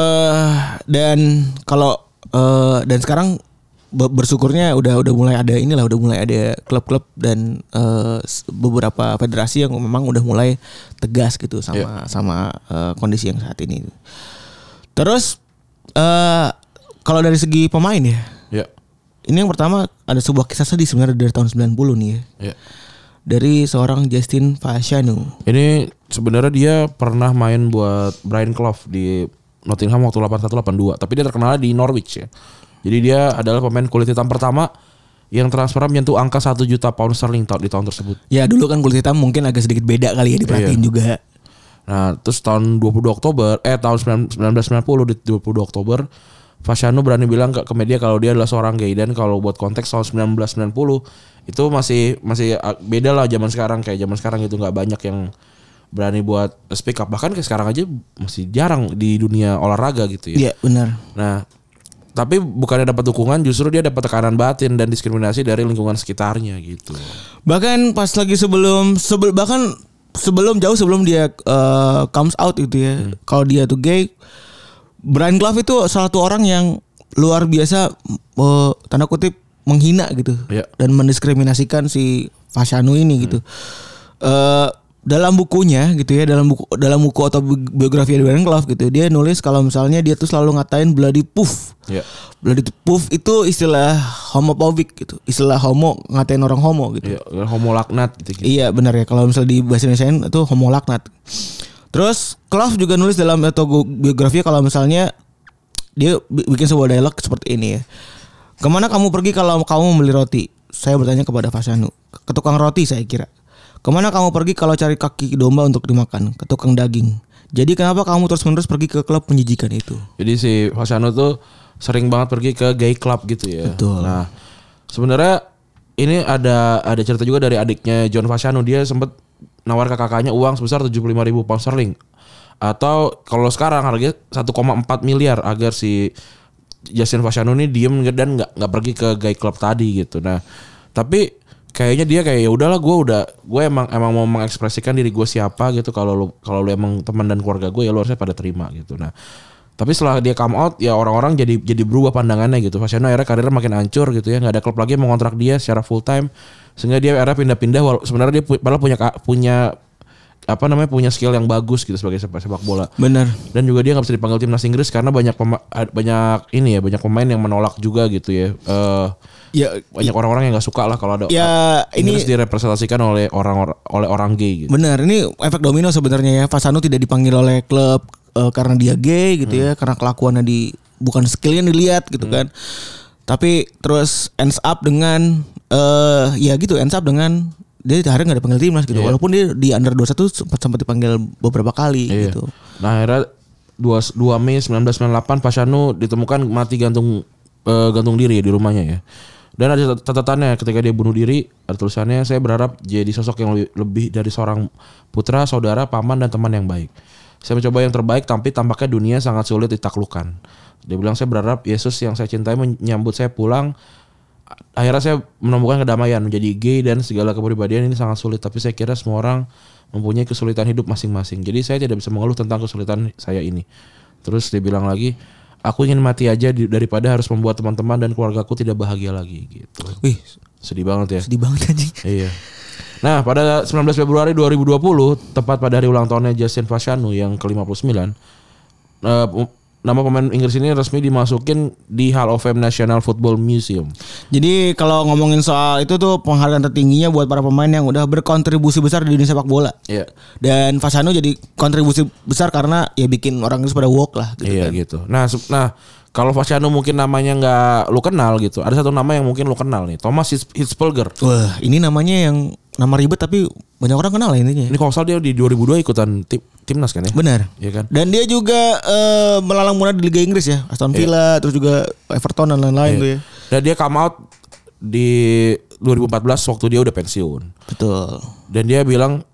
dan sekarang bersyukurnya udah mulai ada klub-klub dan beberapa federasi yang memang udah mulai tegas gitu sama kondisi yang saat ini. Terus kalau dari segi pemain ya. Iya. Ini yang pertama ada sebuah kisah sedih sebenarnya dari tahun 90 nih ya. Iya. Dari seorang Justin Fashanu. Ini sebenarnya dia pernah main buat Brian Clough di Nottingham waktu 81-82, tapi dia terkenal di Norwich ya. Jadi dia adalah pemain kulit hitam pertama yang transfer menyentuh angka 1 juta pound sterling di tahun tersebut. Ya dulu kan kulit hitam mungkin agak sedikit beda kali ya diperhatiin juga. Nah terus tahun 1990 di 22 Oktober Fashanu berani bilang ke media kalau dia adalah seorang gay, dan kalau buat konteks tahun 1990 itu masih beda lah zaman sekarang. Kayak zaman sekarang itu nggak banyak yang berani buat speak up, bahkan kayak sekarang aja masih jarang di dunia olahraga gitu ya. Iya benar. Nah tapi bukannya dapat dukungan, justru dia dapat tekanan batin dan diskriminasi dari lingkungan sekitarnya gitu. Bahkan pas lagi sebelum jauh sebelum dia comes out gitu ya, kalau dia tuh gay, Brian Clough itu salah satu orang yang luar biasa tanda kutip menghina gitu dan mendiskriminasikan si Fashanu ini gitu. Dalam bukunya gitu ya, dalam buku autobiografi Brian Clough gitu, dia nulis kalau misalnya dia tuh selalu ngatain bloody poof. Bloody poof itu istilah homophobic gitu, istilah homo, ngatain orang homo gitu. Homo laknat gitu. Iya benar ya, kalau misalnya di bahasa Indonesia itu homo laknat. Terus Clough juga nulis dalam autobiografinya kalau misalnya dia bikin sebuah dialog seperti ini ya. Kemana kamu pergi kalau kamu membeli roti? Saya bertanya kepada Fashanu. Ke tukang roti saya kira. Kemana kamu pergi kalau cari kaki domba untuk dimakan? Ke tukang daging. Jadi kenapa kamu terus-menerus pergi ke klub penjijikan itu? Jadi si Fashanu tuh sering banget pergi ke gay club gitu ya. Betul. Nah sebenarnya ini ada cerita juga dari adiknya John Fashanu. Dia sempat nawar ke kakaknya uang sebesar 75.000 pound sterling, atau kalau sekarang harganya 1,4 miliar agar si Justin Fasciano ini diem dan nggak pergi ke gay club tadi gitu. Nah, tapi kayaknya dia kayak ya udahlah, gue emang mau mengekspresikan diri gue siapa gitu. Kalau lu emang teman dan keluarga gue, ya lu harusnya pada terima gitu. Nah, tapi setelah dia come out, ya orang-orang jadi berubah pandangannya gitu. Fasciano akhirnya karirnya makin hancur gitu ya. Nggak ada klub lagi yang mau kontrak dia secara full time, sehingga dia akhirnya pindah-pindah. Sebenarnya dia padahal punya skill yang bagus gitu sebagai sepak bola. Benar. Dan juga dia nggak bisa dipanggil timnas Inggris karena banyak pemain yang menolak juga gitu ya. Banyak orang-orang yang nggak suka lah kalau ada Inggris direpresentasikan oleh orang gay gitu. Benar, ini efek domino sebenarnya ya. Fasciano tidak dipanggil oleh klub karena dia gay gitu ya, karena kelakuannya bukan skillnya dilihat gitu kan. Tapi terus ends up dengan dia akhirnya nggak dipanggil timnas gitu. Walaupun dia di under 21 sempat dipanggil beberapa kali gitu. Nah, akhirnya 2 Mei 1998 Fasciano ditemukan mati gantung diri ya di rumahnya ya. Dan ada catatannya ketika dia bunuh diri, ada tulisannya, saya berharap jadi sosok yang lebih dari seorang putra, saudara, paman, dan teman yang baik. Saya mencoba yang terbaik, tapi tampaknya dunia sangat sulit ditaklukkan. Dia bilang, saya berharap Yesus yang saya cintai menyambut saya pulang. Akhirnya saya menemukan kedamaian, menjadi gay dan segala kepribadian ini sangat sulit. Tapi saya kira semua orang mempunyai kesulitan hidup masing-masing. Jadi saya tidak bisa mengeluh tentang kesulitan saya ini. Terus dia bilang lagi, aku ingin mati aja daripada harus membuat teman-teman dan keluargaku tidak bahagia lagi gitu. Wih, sedih banget ya. Sedih banget anjing. Iya. Nah, pada 19 Februari 2020, tepat pada hari ulang tahunnya Justin Fasciano yang ke-59, nama pemain Inggris ini resmi dimasukin di Hall of Fame National Football Museum. Jadi kalau ngomongin soal itu tuh penghargaan tertingginya buat para pemain yang udah berkontribusi besar di dunia sepak bola. Iya. Dan Fasciano jadi kontribusi besar karena ya bikin orang Inggris pada woke lah gitu. Iya kan. gitu. Nah kalau Fasciano mungkin namanya nggak lu kenal gitu. Ada satu nama yang mungkin lu kenal nih, Thomas Hitzlsperger. Wah, ini namanya yang nama ribet tapi banyak orang kenal lah intinya. Ini kalau salah dia di 2002 ikutan timnas kan ya? Benar. Iya kan? Dan dia juga melalang muda di Liga Inggris ya, Aston Villa, terus juga Everton dan lain-lain tuh ya. Dan dia come out di 2014 waktu dia udah pensiun. Betul. Dan dia bilang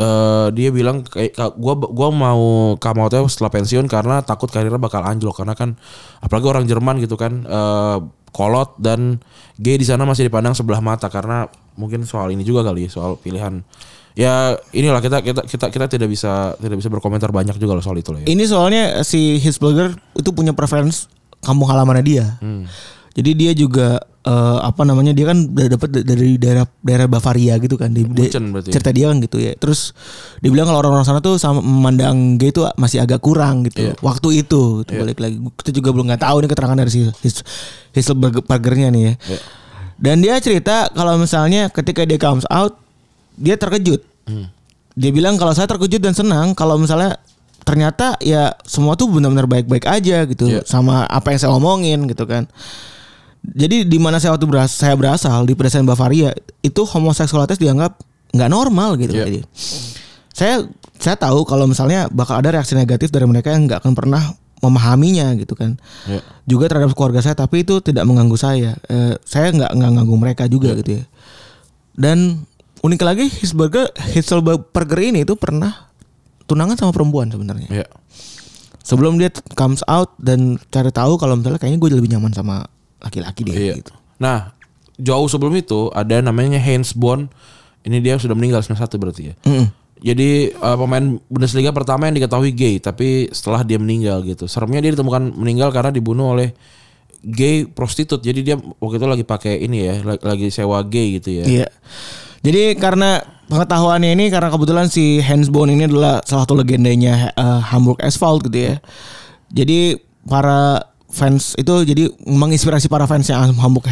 kayak gua mau come out setelah pensiun karena takut karirnya bakal anjlok, karena kan apalagi orang Jerman gitu kan, kolot dan gay di sana masih dipandang sebelah mata karena mungkin soal ini juga kali, soal pilihan. Ya inilah kita tidak bisa berkomentar banyak juga loh soal itu lah ya. Ini soalnya si Hitzlsperger itu punya preference kampung halamannya dia. Jadi dia juga dia kan udah dapat dari daerah Bavaria gitu kan. Cerita dia kan gitu ya. Terus dia bilang kalau orang-orang sana tuh sama memandang gay itu masih agak kurang gitu. Waktu itu balik lagi kita juga belum nggak tahu nih keterangan dari si Hitzlspergernya nih ya. Dan dia cerita kalau misalnya ketika dia comes out dia terkejut. Dia bilang kalau saya terkejut dan senang kalau misalnya ternyata ya semua tuh benar-benar baik-baik aja gitu sama apa yang saya omongin gitu kan. Jadi di mana saya berasal di pedesaan Bavaria itu homoseksualitas dianggap nggak normal gitu. Jadi saya tahu kalau misalnya bakal ada reaksi negatif dari mereka yang nggak akan pernah memahaminya gitu kan. Juga terhadap keluarga saya, tapi itu tidak mengganggu saya. Saya nggak ganggu mereka juga gitu ya. Dan unik lagi Hitzlsperger ini itu pernah tunangan sama perempuan sebenarnya. Sebelum dia comes out dan cari tahu kalau misalnya kayaknya gue lebih nyaman sama laki-laki dia gitu. Nah, jauh sebelum itu ada namanya Heinz Bond. Ini dia sudah meninggal 91 berarti ya. Jadi pemain Bundesliga pertama yang diketahui gay, tapi setelah dia meninggal gitu. Seremnya dia ditemukan meninggal karena dibunuh oleh gay prostitut. Jadi dia waktu itu lagi pakai ini ya, lagi sewa gay gitu ya. Iya. Jadi karena pengetahuannya ini, karena kebetulan si Heinz Bond ini adalah salah satu legendanya Hamburg SV gitu ya. Jadi para fans itu jadi menginspirasi para fans yang Hamburg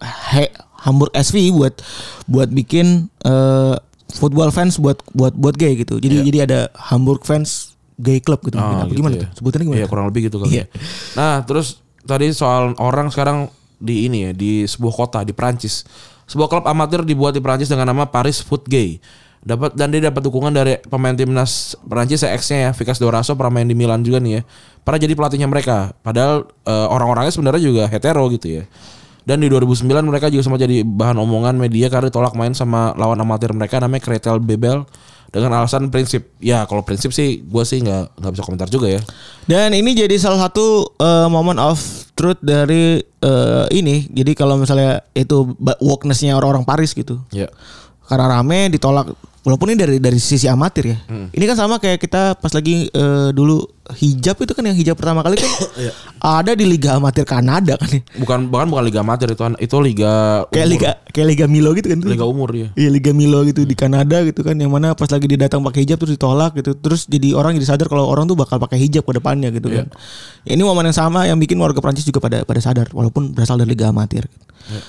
SV buat bikin football fans buat gay gitu. Jadi ada Hamburg fans gay club gitu. Gimana tuh? Sebutannya gimana? Iya, kurang lebih gitu kali. Nah, terus tadi soal orang sekarang di sebuah kota di Prancis. Sebuah klub amatir dibuat di Prancis dengan nama Paris Foot Gay. Dan dia dapat dukungan dari pemain timnas Prancis ex-nya ya, Vicas Doraso, pernah main di Milan juga nih ya. Pernah jadi pelatihnya mereka. Padahal orang-orangnya sebenarnya juga hetero gitu ya. Dan di 2009 mereka juga sempat jadi bahan omongan media karena ditolak main sama lawan amatir mereka namanya Kretel Bebel dengan alasan prinsip. Ya kalau prinsip sih gue sih nggak bisa komentar juga ya. Dan ini jadi salah satu moment of truth dari ini. Jadi kalau misalnya itu wokeness-nya orang-orang Paris gitu. Ya. Karena rame ditolak. Walaupun ini dari sisi amatir ya. Ini kan sama kayak kita pas lagi dulu hijab itu kan yang hijab pertama kali kan ada di Liga Amatir Kanada kan ya. Bukan Liga Amatir itu liga umur. Kayak Liga Milo gitu kan. Liga umur ya. Iya Liga Milo gitu di Kanada gitu kan, yang mana pas lagi dia datang pakai hijab terus ditolak gitu. Terus jadi orang jadi sadar kalau orang tuh bakal pakai hijab ke depannya gitu kan. Ya, ini momen yang sama yang bikin warga Prancis juga pada sadar walaupun berasal dari Liga Amatir gitu.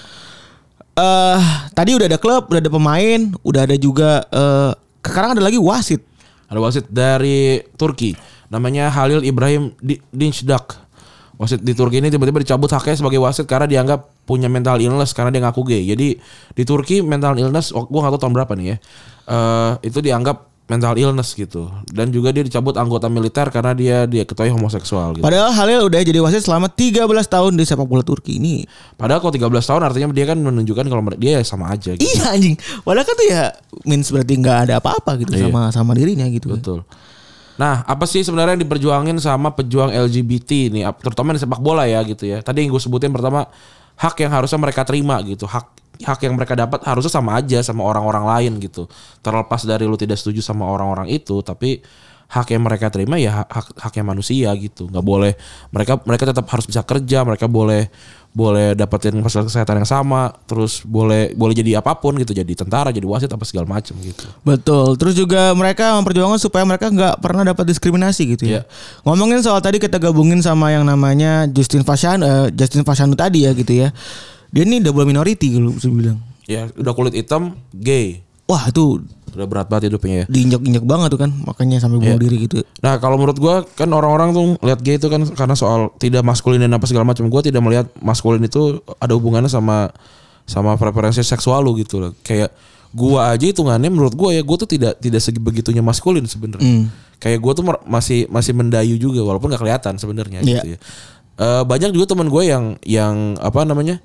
Tadi udah ada klub, udah ada pemain, udah ada juga sekarang ada lagi wasit. Ada wasit dari Turki namanya Halil İbrahim Dinçdak. Wasit di Turki ini tiba-tiba dicabut haknya sebagai wasit karena dianggap punya mental illness karena dia ngaku gay. Jadi di Turki mental illness, gue gak tahu tahun berapa nih ya. Itu dianggap mental illness gitu. Dan juga dia dicabut anggota militer karena dia ketahui homoseksual gitu. Padahal Halil udah jadi wasit selama 13 tahun di sepak bola Turki ini. Padahal kalau 13 tahun artinya dia kan menunjukkan kalau dia sama aja gitu. Iya anjing. Padahal kan tuh ya means berarti nggak ada apa-apa gitu sama dirinya gitu. Betul. Nah, apa sih sebenarnya yang diperjuangin sama pejuang LGBT nih, terutama di sepak bola ya gitu ya. Tadi yang gue sebutin pertama, hak yang harusnya mereka terima gitu. Hak yang mereka dapat harusnya sama aja sama orang-orang lain gitu. Terlepas dari lu tidak setuju sama orang-orang itu, tapi hak yang mereka terima ya haknya manusia gitu. Nggak boleh mereka tetap harus bisa kerja, mereka boleh dapetin fasilitas kesehatan yang sama, terus boleh jadi apapun gitu, jadi tentara, jadi wasit apa segala macam gitu. Betul. Terus juga mereka memperjuangkan supaya mereka nggak pernah dapat diskriminasi gitu ya. Ngomongin soal tadi kita gabungin sama yang namanya Justin Fashanu tadi ya gitu ya. Dia ini double minority kalau bisa bilang. Ya, udah kulit hitam, gay. Wah, itu udah berat banget hidupnya ya. Diinjak-injak banget tuh kan, makanya sampai bunuh diri gitu. Nah, kalau menurut gua kan orang-orang tuh lihat gay itu kan karena soal tidak maskulin dan apa segala macam. Gua tidak melihat maskulin itu ada hubungannya sama preferensi seksual lu gitu loh. Kayak gua aja hitungannya menurut gua ya, gua tuh tidak sebegitunya maskulin sebenarnya. Kayak gua tuh masih mendayu juga walaupun gak kelihatan sebenarnya gitu ya. Banyak juga teman gue yang apa namanya?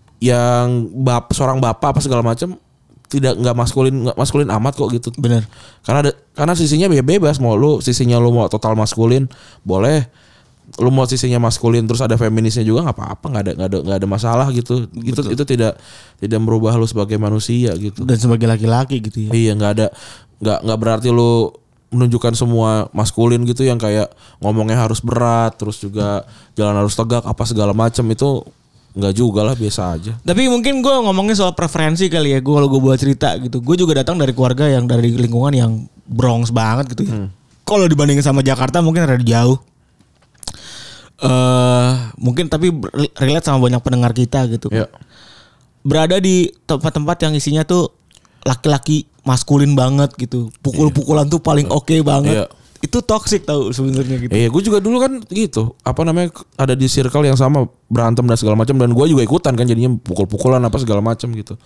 Yang seorang bapak apa segala macam nggak maskulin amat kok gitu. Bener. Karena sisinya bebas, mau lu sisinya lu mau total maskulin boleh, lu mau sisinya maskulin terus ada feminisnya juga nggak apa-apa, nggak ada masalah gitu. Itu tidak merubah lu sebagai manusia gitu. Dan sebagai laki-laki gitu ya. Iya, nggak berarti lu menunjukkan semua maskulin gitu yang kayak ngomongnya harus berat, terus juga jalan harus tegak apa segala macam, itu nggak juga lah, biasa aja. Tapi mungkin gue ngomongin soal preferensi kali ya. Gue kalau gue buat cerita gitu, gue juga datang dari keluarga yang dari lingkungan yang Bronx banget gitu ya. Kalau dibandingin sama Jakarta mungkin rada jauh. Mungkin tapi relate sama banyak pendengar kita gitu. Ya. Berada di tempat-tempat yang isinya tuh laki-laki maskulin banget gitu. Pukul-pukulan tuh paling oke banget. Itu toxic tau sebenarnya gitu. Gue juga dulu kan gitu. Apa namanya, ada di circle yang sama, berantem dan segala macam, dan gue juga ikutan kan jadinya pukul-pukulan apa segala macam gitu.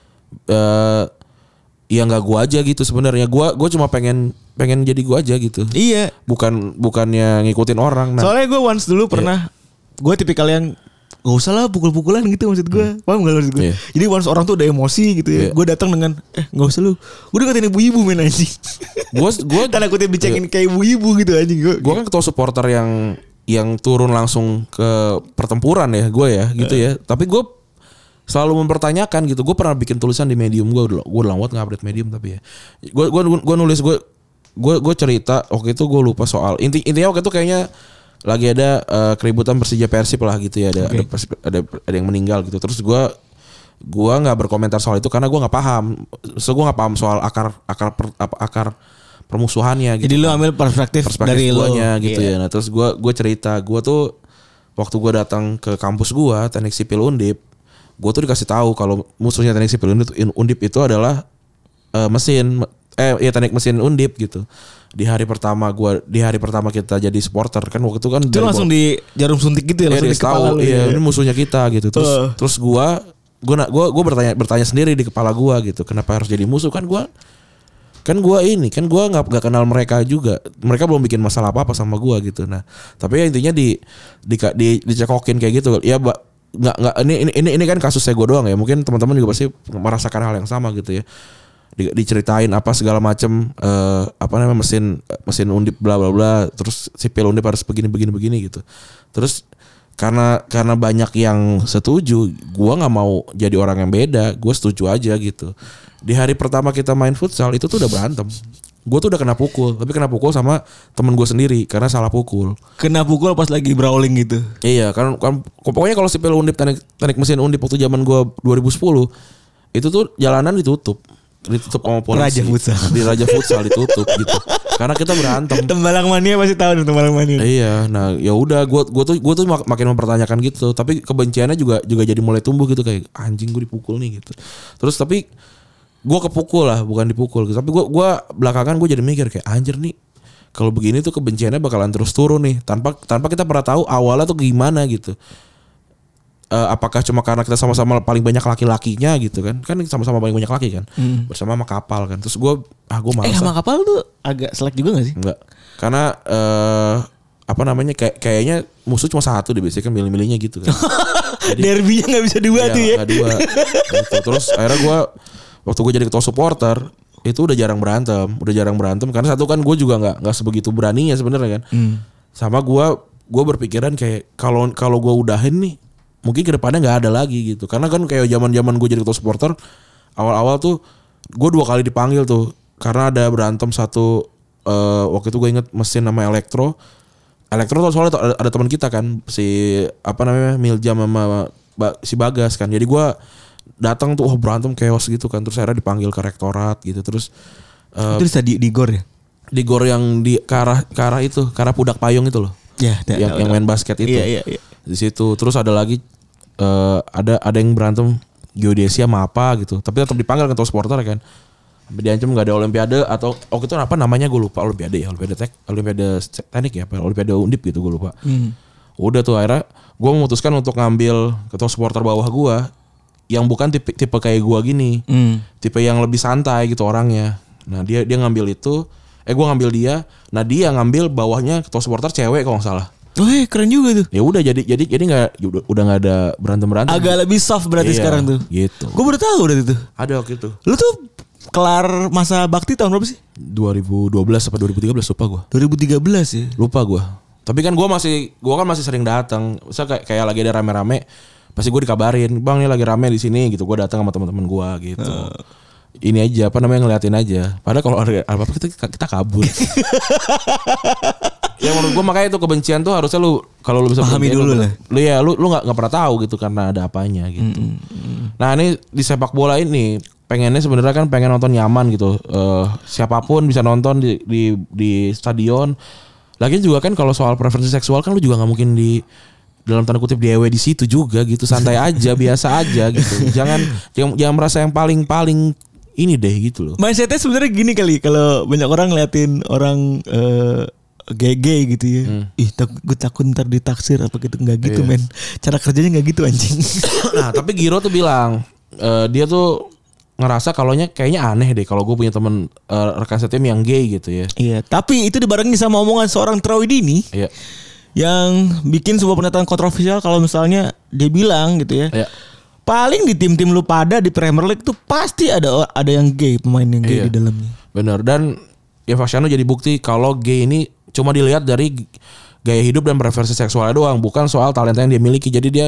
Ya nggak gue aja gitu sebenarnya. Gue cuma pengen jadi gue aja gitu. Iya. Bukannya ngikutin orang. Nah, soalnya gue once dulu pernah, gue tipikal yang gak usah lah pukul-pukulan gitu maksud gue. Paham gak maksud gue? Jadi once orang tuh udah emosi gitu ya, gue datang dengan gak usah lu. Gue udah ngatain ibu-ibu men anjing. Gue tanda kutip dicekin kayak ibu-ibu gitu anjing. Gue kan ketua supporter yang turun langsung ke pertempuran ya gue ya gitu ya. Tapi gue selalu mempertanyakan gitu. Gue pernah bikin tulisan di Medium gue dulu. Gue lama banget nge-update Medium tapi ya. Gue nulis gue cerita waktu itu, gue lupa soal intinya waktu itu kayaknya lagi ada keributan Persija Persib lah gitu ya, ada yang meninggal gitu. Terus gue nggak berkomentar soal itu karena gue nggak paham. So gue nggak paham soal akar permusuhannya gitu. Jadi lu ambil perspektif dari guanya gitu ya. Nah terus gue cerita, gue tuh waktu gue datang ke kampus gue Teknik Sipil Undip, gue tuh dikasih tahu kalau musuhnya Teknik Sipil Undip itu adalah teknik mesin Undip gitu. Di hari pertama kita jadi supporter kan waktu itu kan itu langsung di jarum suntik gitu ya, langsung di kepala lu. Iya, ini musuhnya kita gitu. Terus gue bertanya sendiri di kepala gue gitu, kenapa harus jadi musuh? Kan gue nggak kenal mereka juga. Mereka belum bikin masalah apa sama gue gitu. Nah, tapi ya intinya dicekokin kayak gitu. Ya nggak ini kan kasus saya gue doang ya. Mungkin teman-teman juga pasti merasakan hal yang sama gitu ya. Diceritain apa segala macam apa namanya mesin undip bla bla bla, terus sipil undip harus begini gitu. Terus karena banyak yang setuju, gue nggak mau jadi orang yang beda, gue setuju aja gitu. Di hari pertama kita main futsal itu tuh udah berantem. Gue tuh udah kena pukul, tapi kena pukul sama temen gue sendiri karena salah pukul. Kena pukul pas lagi brawling gitu. Iya, kan pokoknya kalau sipil undip teknik mesin undip waktu zaman gue 2010 itu tuh jalanan ditutup sama polisi. Raja Futsal. Di Raja Futsal ditutup gitu. Karena kita berantem. Tembalang mania pasti tahu nih Tembalang mania. Iya, nah ya udah gue tuh makin mempertanyakan gitu, tapi kebenciannya juga jadi mulai tumbuh gitu kayak anjing gue dipukul nih gitu. Terus tapi gue kepukul lah, bukan dipukul gitu. Tapi gue belakangan gue jadi mikir kayak anjir nih, kalau begini tuh kebenciannya bakalan terus turun nih tanpa kita pernah tahu awalnya tuh gimana gitu. Apakah cuma karena kita sama-sama paling banyak laki-lakinya gitu kan sama-sama paling banyak laki kan bersama sama kapal kan. Terus gue malas. Sama kapal tuh agak selek juga gak sih? Enggak, karena apa namanya kayaknya musuh cuma satu deh biasanya kan milih-milihnya gitu kan. Jadi, derbynya nggak bisa dua tuh ya. Gak dua. Gitu. Terus akhirnya gue waktu gue jadi ketua supporter itu udah jarang berantem karena satu kan gue juga nggak sebegitu beraninya sebenarnya kan. Sama gue berpikiran kayak kalau gue udahin nih mungkin kedepannya nggak ada lagi gitu, karena kan kayak zaman gue jadi ketua supporter awal-awal tuh gue 2 kali dipanggil tuh karena ada berantem satu waktu itu gue inget mesin nama Elektro tuh soalnya ada teman kita kan si apa namanya Miljam sama si Bagas kan, jadi gue datang tuh berantem chaos gitu kan, terus akhirnya dipanggil ke rektorat gitu. Terus itu di gor ya? Di gor yang di ke arah itu, ke arah Pudak Payung itu loh. Ya, yang main basket itu. Iya. Di situ. Terus ada lagi ada yang berantem geodesi sama apa gitu. Tapi tetap dipanggil ketua supporter kan. Sampai diancam enggak ada olimpiade atau itu apa namanya gue lupa, olimpiade teknik ya, olimpiade undip gitu gue lupa. Udah tuh akhirnya gue memutuskan untuk ngambil ketua supporter bawah gue yang bukan tipe kayak gua gini. Tipe yang lebih santai gitu orangnya. Nah, dia ngambil itu, gua ngambil dia. Nah, dia ngambil bawahnya ketua supporter cewek kalau enggak salah. Oh, keren juga tuh. Ya udah jadi enggak udah enggak ada berantem. Agak lebih soft berarti sekarang tuh. Gitu. Gua baru tahu udah itu. Ada waktu itu. Lu tuh kelar masa bakti tahun berapa sih? 2012 apa 2013 lupa gua. 2013 ya. Lupa gua. Tapi kan gua kan masih sering datang. Misal kayak lagi ada rame-rame pasti gue dikabarin, bang ini lagi rame di sini gitu, gue datang sama teman-teman gue gitu. Ini aja apa namanya ngeliatin aja. Padahal kalau ada apa kita kabur. Ya menurut gue makanya itu kebencian tuh harusnya lu kalau lu bisa pahami dulu lah. Lu nggak pernah tahu gitu karena ada apanya gitu. Nah ini di sepak bola ini pengennya sebenarnya kan pengen nonton nyaman gitu. Siapapun bisa nonton di stadion. Lagian juga kan kalau soal preferensi seksual kan lu juga nggak mungkin dalam tanda kutip diewe di situ juga gitu, santai aja, biasa aja gitu. Jangan merasa yang paling ini deh gitu loh. Mindsetnya sebenarnya gini kali, kalau banyak orang ngeliatin orang gay gitu ya. Gue takut ntar ditaksir apa gitu, nggak gitu men. Cara kerjanya nggak gitu anjing. Nah tapi Giro tuh bilang dia tuh ngerasa kayaknya aneh deh kalau gue punya temen rekan setim yang gay gitu ya. Iya, tapi itu dibarengi sama omongan seorang Troy Deeney. Iya. Yang bikin sebuah pernyataan kontroversial kalau misalnya dia bilang gitu ya. Paling di tim-tim lu pada di Premier League tuh pasti ada yang gay, pemain yang gay di dalamnya. Benar, dan ya Faxiano jadi bukti kalau gay ini cuma dilihat dari gaya hidup dan preferensi seksualnya doang, bukan soal talenta yang dia miliki. Jadi dia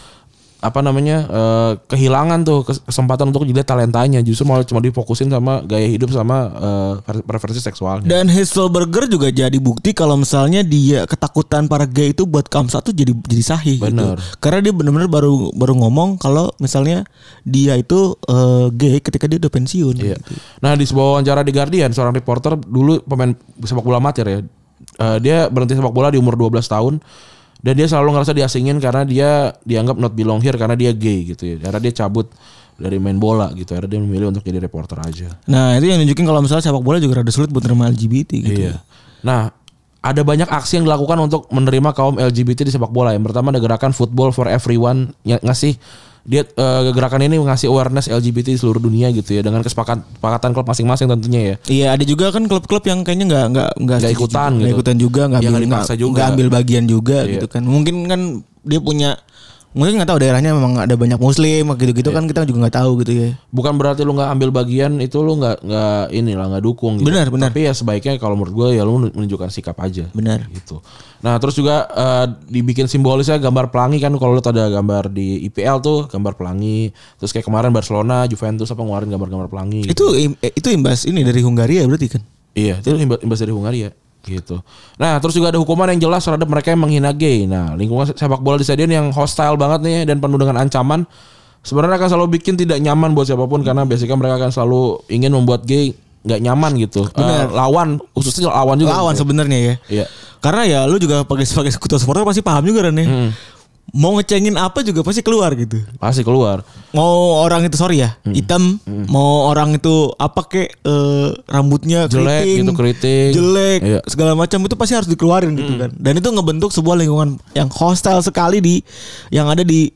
kehilangan tuh kesempatan untuk dilihat talentanya, justru malah cuma difokusin sama gaya hidup sama preferensi seksualnya. Dan Hesselberger juga jadi bukti kalau misalnya dia ketakutan para gay itu buat Kamsa tuh jadi sahih. Bener. Gitu. Karena dia benar-benar baru ngomong kalau misalnya dia itu gay ketika dia udah pensiun. Iya. Gitu. Nah di sebuah wawancara di Guardian, seorang reporter dulu pemain sepak bola amatir ya, dia berhenti sepak bola di umur 12 tahun. Dan dia selalu ngerasa diasingin karena dia dianggap not belong here karena dia gay gitu ya. Karena dia cabut dari main bola gitu. Akhirnya dia memilih untuk jadi reporter aja. Nah itu yang nunjukin kalau misalnya sepak bola juga rada sulit buat menerima LGBT gitu. Iya. Nah ada banyak aksi yang dilakukan untuk menerima kaum LGBT di sepak bola. Yang pertama ada gerakan Football for Everyone, ngasih dia gerakan ini ngasih awareness LGBT di seluruh dunia gitu ya, dengan kesepakatan klub masing-masing tentunya ya. Iya, ada juga kan klub-klub yang kayaknya nggak ikutan juga, gitu. Nggak ambil bagian juga gitu kan. Mungkin kan dia punya Mungkin nggak tahu daerahnya memang ada banyak muslim gitu-gitu kan kita juga nggak tahu gitu ya. Bukan berarti lu nggak ambil bagian itu lu nggak dukung gitu. Benar. Tapi ya sebaiknya kalau menurut gue ya lu menunjukkan sikap aja. Benar. Gitu. Nah terus juga dibikin simbolisnya gambar pelangi kan, kalau lu ada gambar di IPL tuh gambar pelangi. Terus kayak kemarin Barcelona, Juventus ngeluarin gambar-gambar pelangi. Itu imbas ini dari Hungaria berarti kan? Iya, itu imbas dari Hungaria. Gitu. Nah, terus juga ada hukuman yang jelas terhadap mereka yang menghina gay. Nah, lingkungan sepak bola di stadion yang hostile banget nih dan penuh dengan ancaman sebenarnya akan selalu bikin tidak nyaman buat siapapun, karena biasanya mereka akan selalu ingin membuat gay nggak nyaman gitu. Lawan, khususnya lawan juga. Lawan gitu. Sebenarnya ya. Iya. Karena ya lu juga sebagai ketua supporter pasti paham juga kan ya. Mau ngecengin apa juga pasti keluar gitu. Pasti keluar. Mau orang itu hitam, mau orang itu apa rambutnya jelek keriting, jelek, iya. segala macam itu pasti harus dikeluarin gitu kan. Dan itu ngebentuk sebuah lingkungan yang hostile sekali yang ada di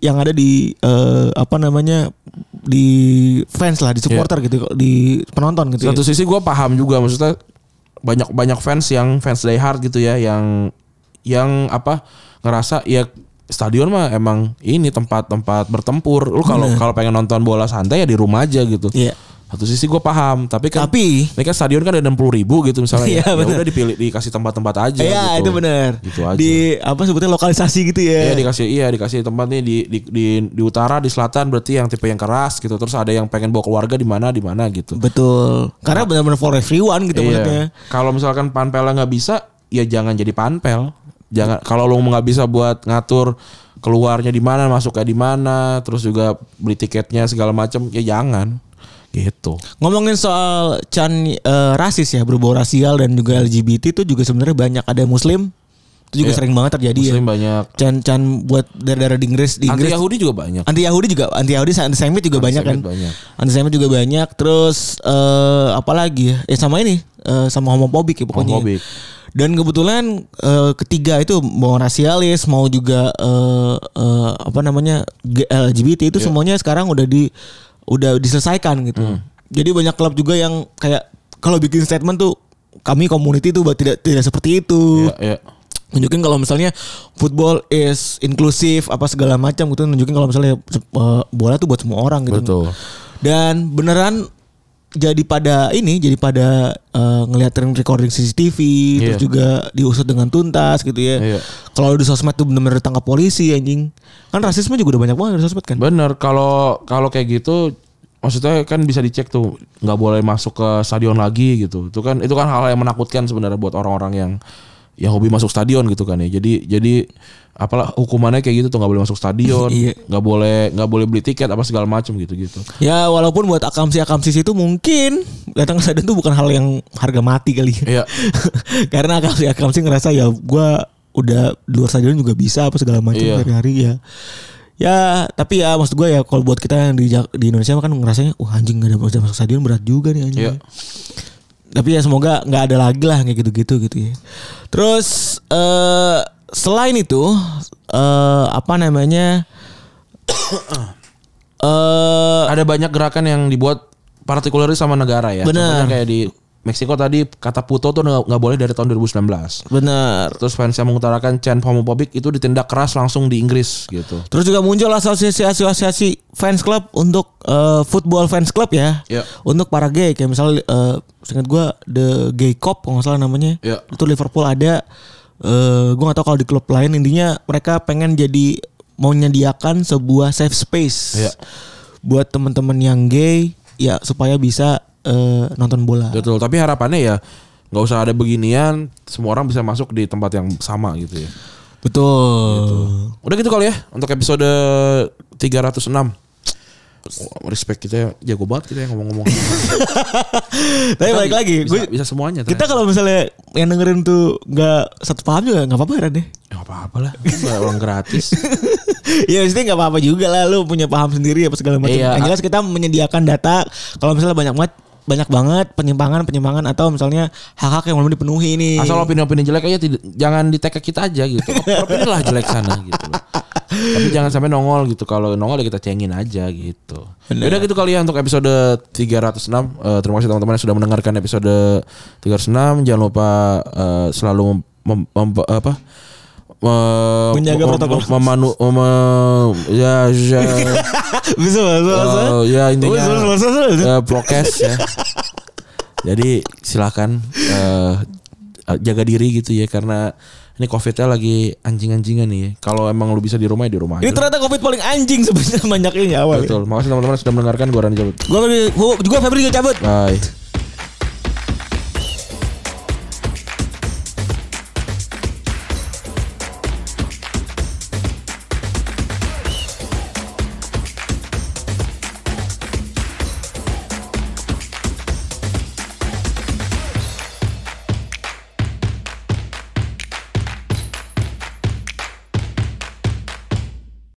di fans lah, di supporter gitu, di penonton gitu. Satu sisi gue paham juga, maksudnya banyak fans yang fans die hard gitu ya, yang ngerasa ya stadion mah emang ini tempat bertempur. Lu kalau pengen nonton bola santai ya di rumah aja gitu. Iya. Satu sisi gue paham, tapi ini kan stadion kan ada 60,000 gitu misalnya. Iya, ya udah dikasih tempat-tempat aja. Iya, gitu. itu benar. Gitu aja. Di sebutnya lokalisasi gitu ya. Dikasih tempat nih di utara, di selatan berarti yang tipe yang keras gitu. Terus ada yang pengen bawa keluarga di mana gitu. Betul. Karena benar-benar for everyone gitu maksudnya. Kalau misalkan panpelnya nggak bisa, ya jangan jadi panpel. Jangan, kalau lo nggak bisa buat ngatur keluarnya di mana, masuknya di mana, terus juga beli tiketnya segala macam, ya jangan gitu. Ngomongin soal rasis ya, berbau rasial dan juga LGBT itu juga sebenarnya banyak, ada Muslim itu juga sering banget terjadi. Muslim banyak. Can buat daerah di Inggris. Anti Yahudi juga banyak. Anti-Semit juga banyak kan. Anti-Semit juga banyak. Terus apalagi ya? sama ini sama homofobik ya pokoknya. Homofobik. Dan kebetulan ketiga itu mau rasialis, mau juga LGBT itu semuanya sekarang udah diselesaikan gitu. Jadi banyak klub juga yang kayak kalau bikin statement tuh kami community tuh tidak seperti itu. Iya. Nunjukin kalau misalnya football is inklusif apa segala macam gitu, nunjukin kalau misalnya bola tuh buat semua orang gitu. Betul. Dan beneran jadi pada ngeliatin recording CCTV, terus juga diusut dengan tuntas gitu ya. Iya. Kalau di sosmed tuh benar-benar ditangkap polisi anjing. Kan rasisme juga udah banyak banget di sosmed kan. Bener, kalau kayak gitu maksudnya kan bisa dicek tuh, nggak boleh masuk ke stadion lagi gitu. Itu kan hal yang menakutkan sebenarnya buat orang-orang yang hobi masuk stadion gitu kan ya. Jadi apalah hukumannya kayak gitu tuh, nggak boleh masuk stadion, nggak boleh beli tiket apa segala macam gitu. Ya walaupun buat akamsi itu mungkin datang ke stadion tuh bukan hal yang harga mati kali ya. Iya. Karena akamsi ngerasa ya gue udah di luar stadion juga bisa apa segala macam hari-hari ya. Ya tapi ya maksud gue ya kalau buat kita yang di Indonesia kan ngerasanya anjing nggak ada masuk stadion berat juga nih anjing. Iya. Tapi ya semoga nggak ada lagi lah kayak gitu ya. Terus selain itu ada banyak gerakan yang dibuat partikuler sama negara ya. Benar. Contohnya kayak di Meksiko tadi kata puto tuh nggak boleh dari tahun 2019. Benar. Terus fans yang mengutarakan chant homofobik itu ditindak keras langsung di Inggris gitu. Terus juga muncul asosiasi fans club untuk football fans club ya. Yeah. Untuk para gay kayak misalnya seingat gue The Gay Cop kalau nggak salah namanya. Yeah. Itu Liverpool ada. Gue nggak tahu kalau di klub lain, intinya mereka pengen mau menyediakan sebuah safe space buat teman-teman yang gay ya supaya bisa nonton bola. Betul, tapi harapannya ya nggak usah ada beginian, semua orang bisa masuk di tempat yang sama gitu ya. Betul. Gitu. Udah gitu kali ya untuk episode 306. Respect kita, jago banget kita yang ngomong-ngomong. Tapi balik lagi, bisa semuanya. Kita kalau misalnya yang dengerin tuh nggak satu paham juga nggak apa-apa kan deh. Nggak apa-apa lah, orang gratis. Ya maksudnya nggak apa-apa juga lah, lu punya paham sendiri apa segala macam. Yang jelas kita menyediakan data kalau misalnya banyak banget penyimpangan atau misalnya hak-hak yang belum dipenuhi nih. Asal opini-opini jelek aja jangan di-tag ke kita aja gitu. Opini lah jelek sana gitu. Tapi jangan sampai nongol gitu. Kalau nongol ya kita cengin aja gitu. Udah gitu kali ya untuk episode 306. Terima kasih teman-teman yang sudah mendengarkan episode 306. Jangan lupa selalu menjaga protokol. Bisa. Ya intinya prokes ya. Jadi silakan jaga diri gitu ya, karena ini COVID-nya lagi anjing-anjingan nih ya. Kalau emang lu bisa di rumah ya di rumah. Ini ternyata COVID paling anjing sebenarnya banyaknya awal. Betul. Makasih teman-teman sudah mendengarkan. Gua Rani cabut. Gua Febri juga cabut. Bye.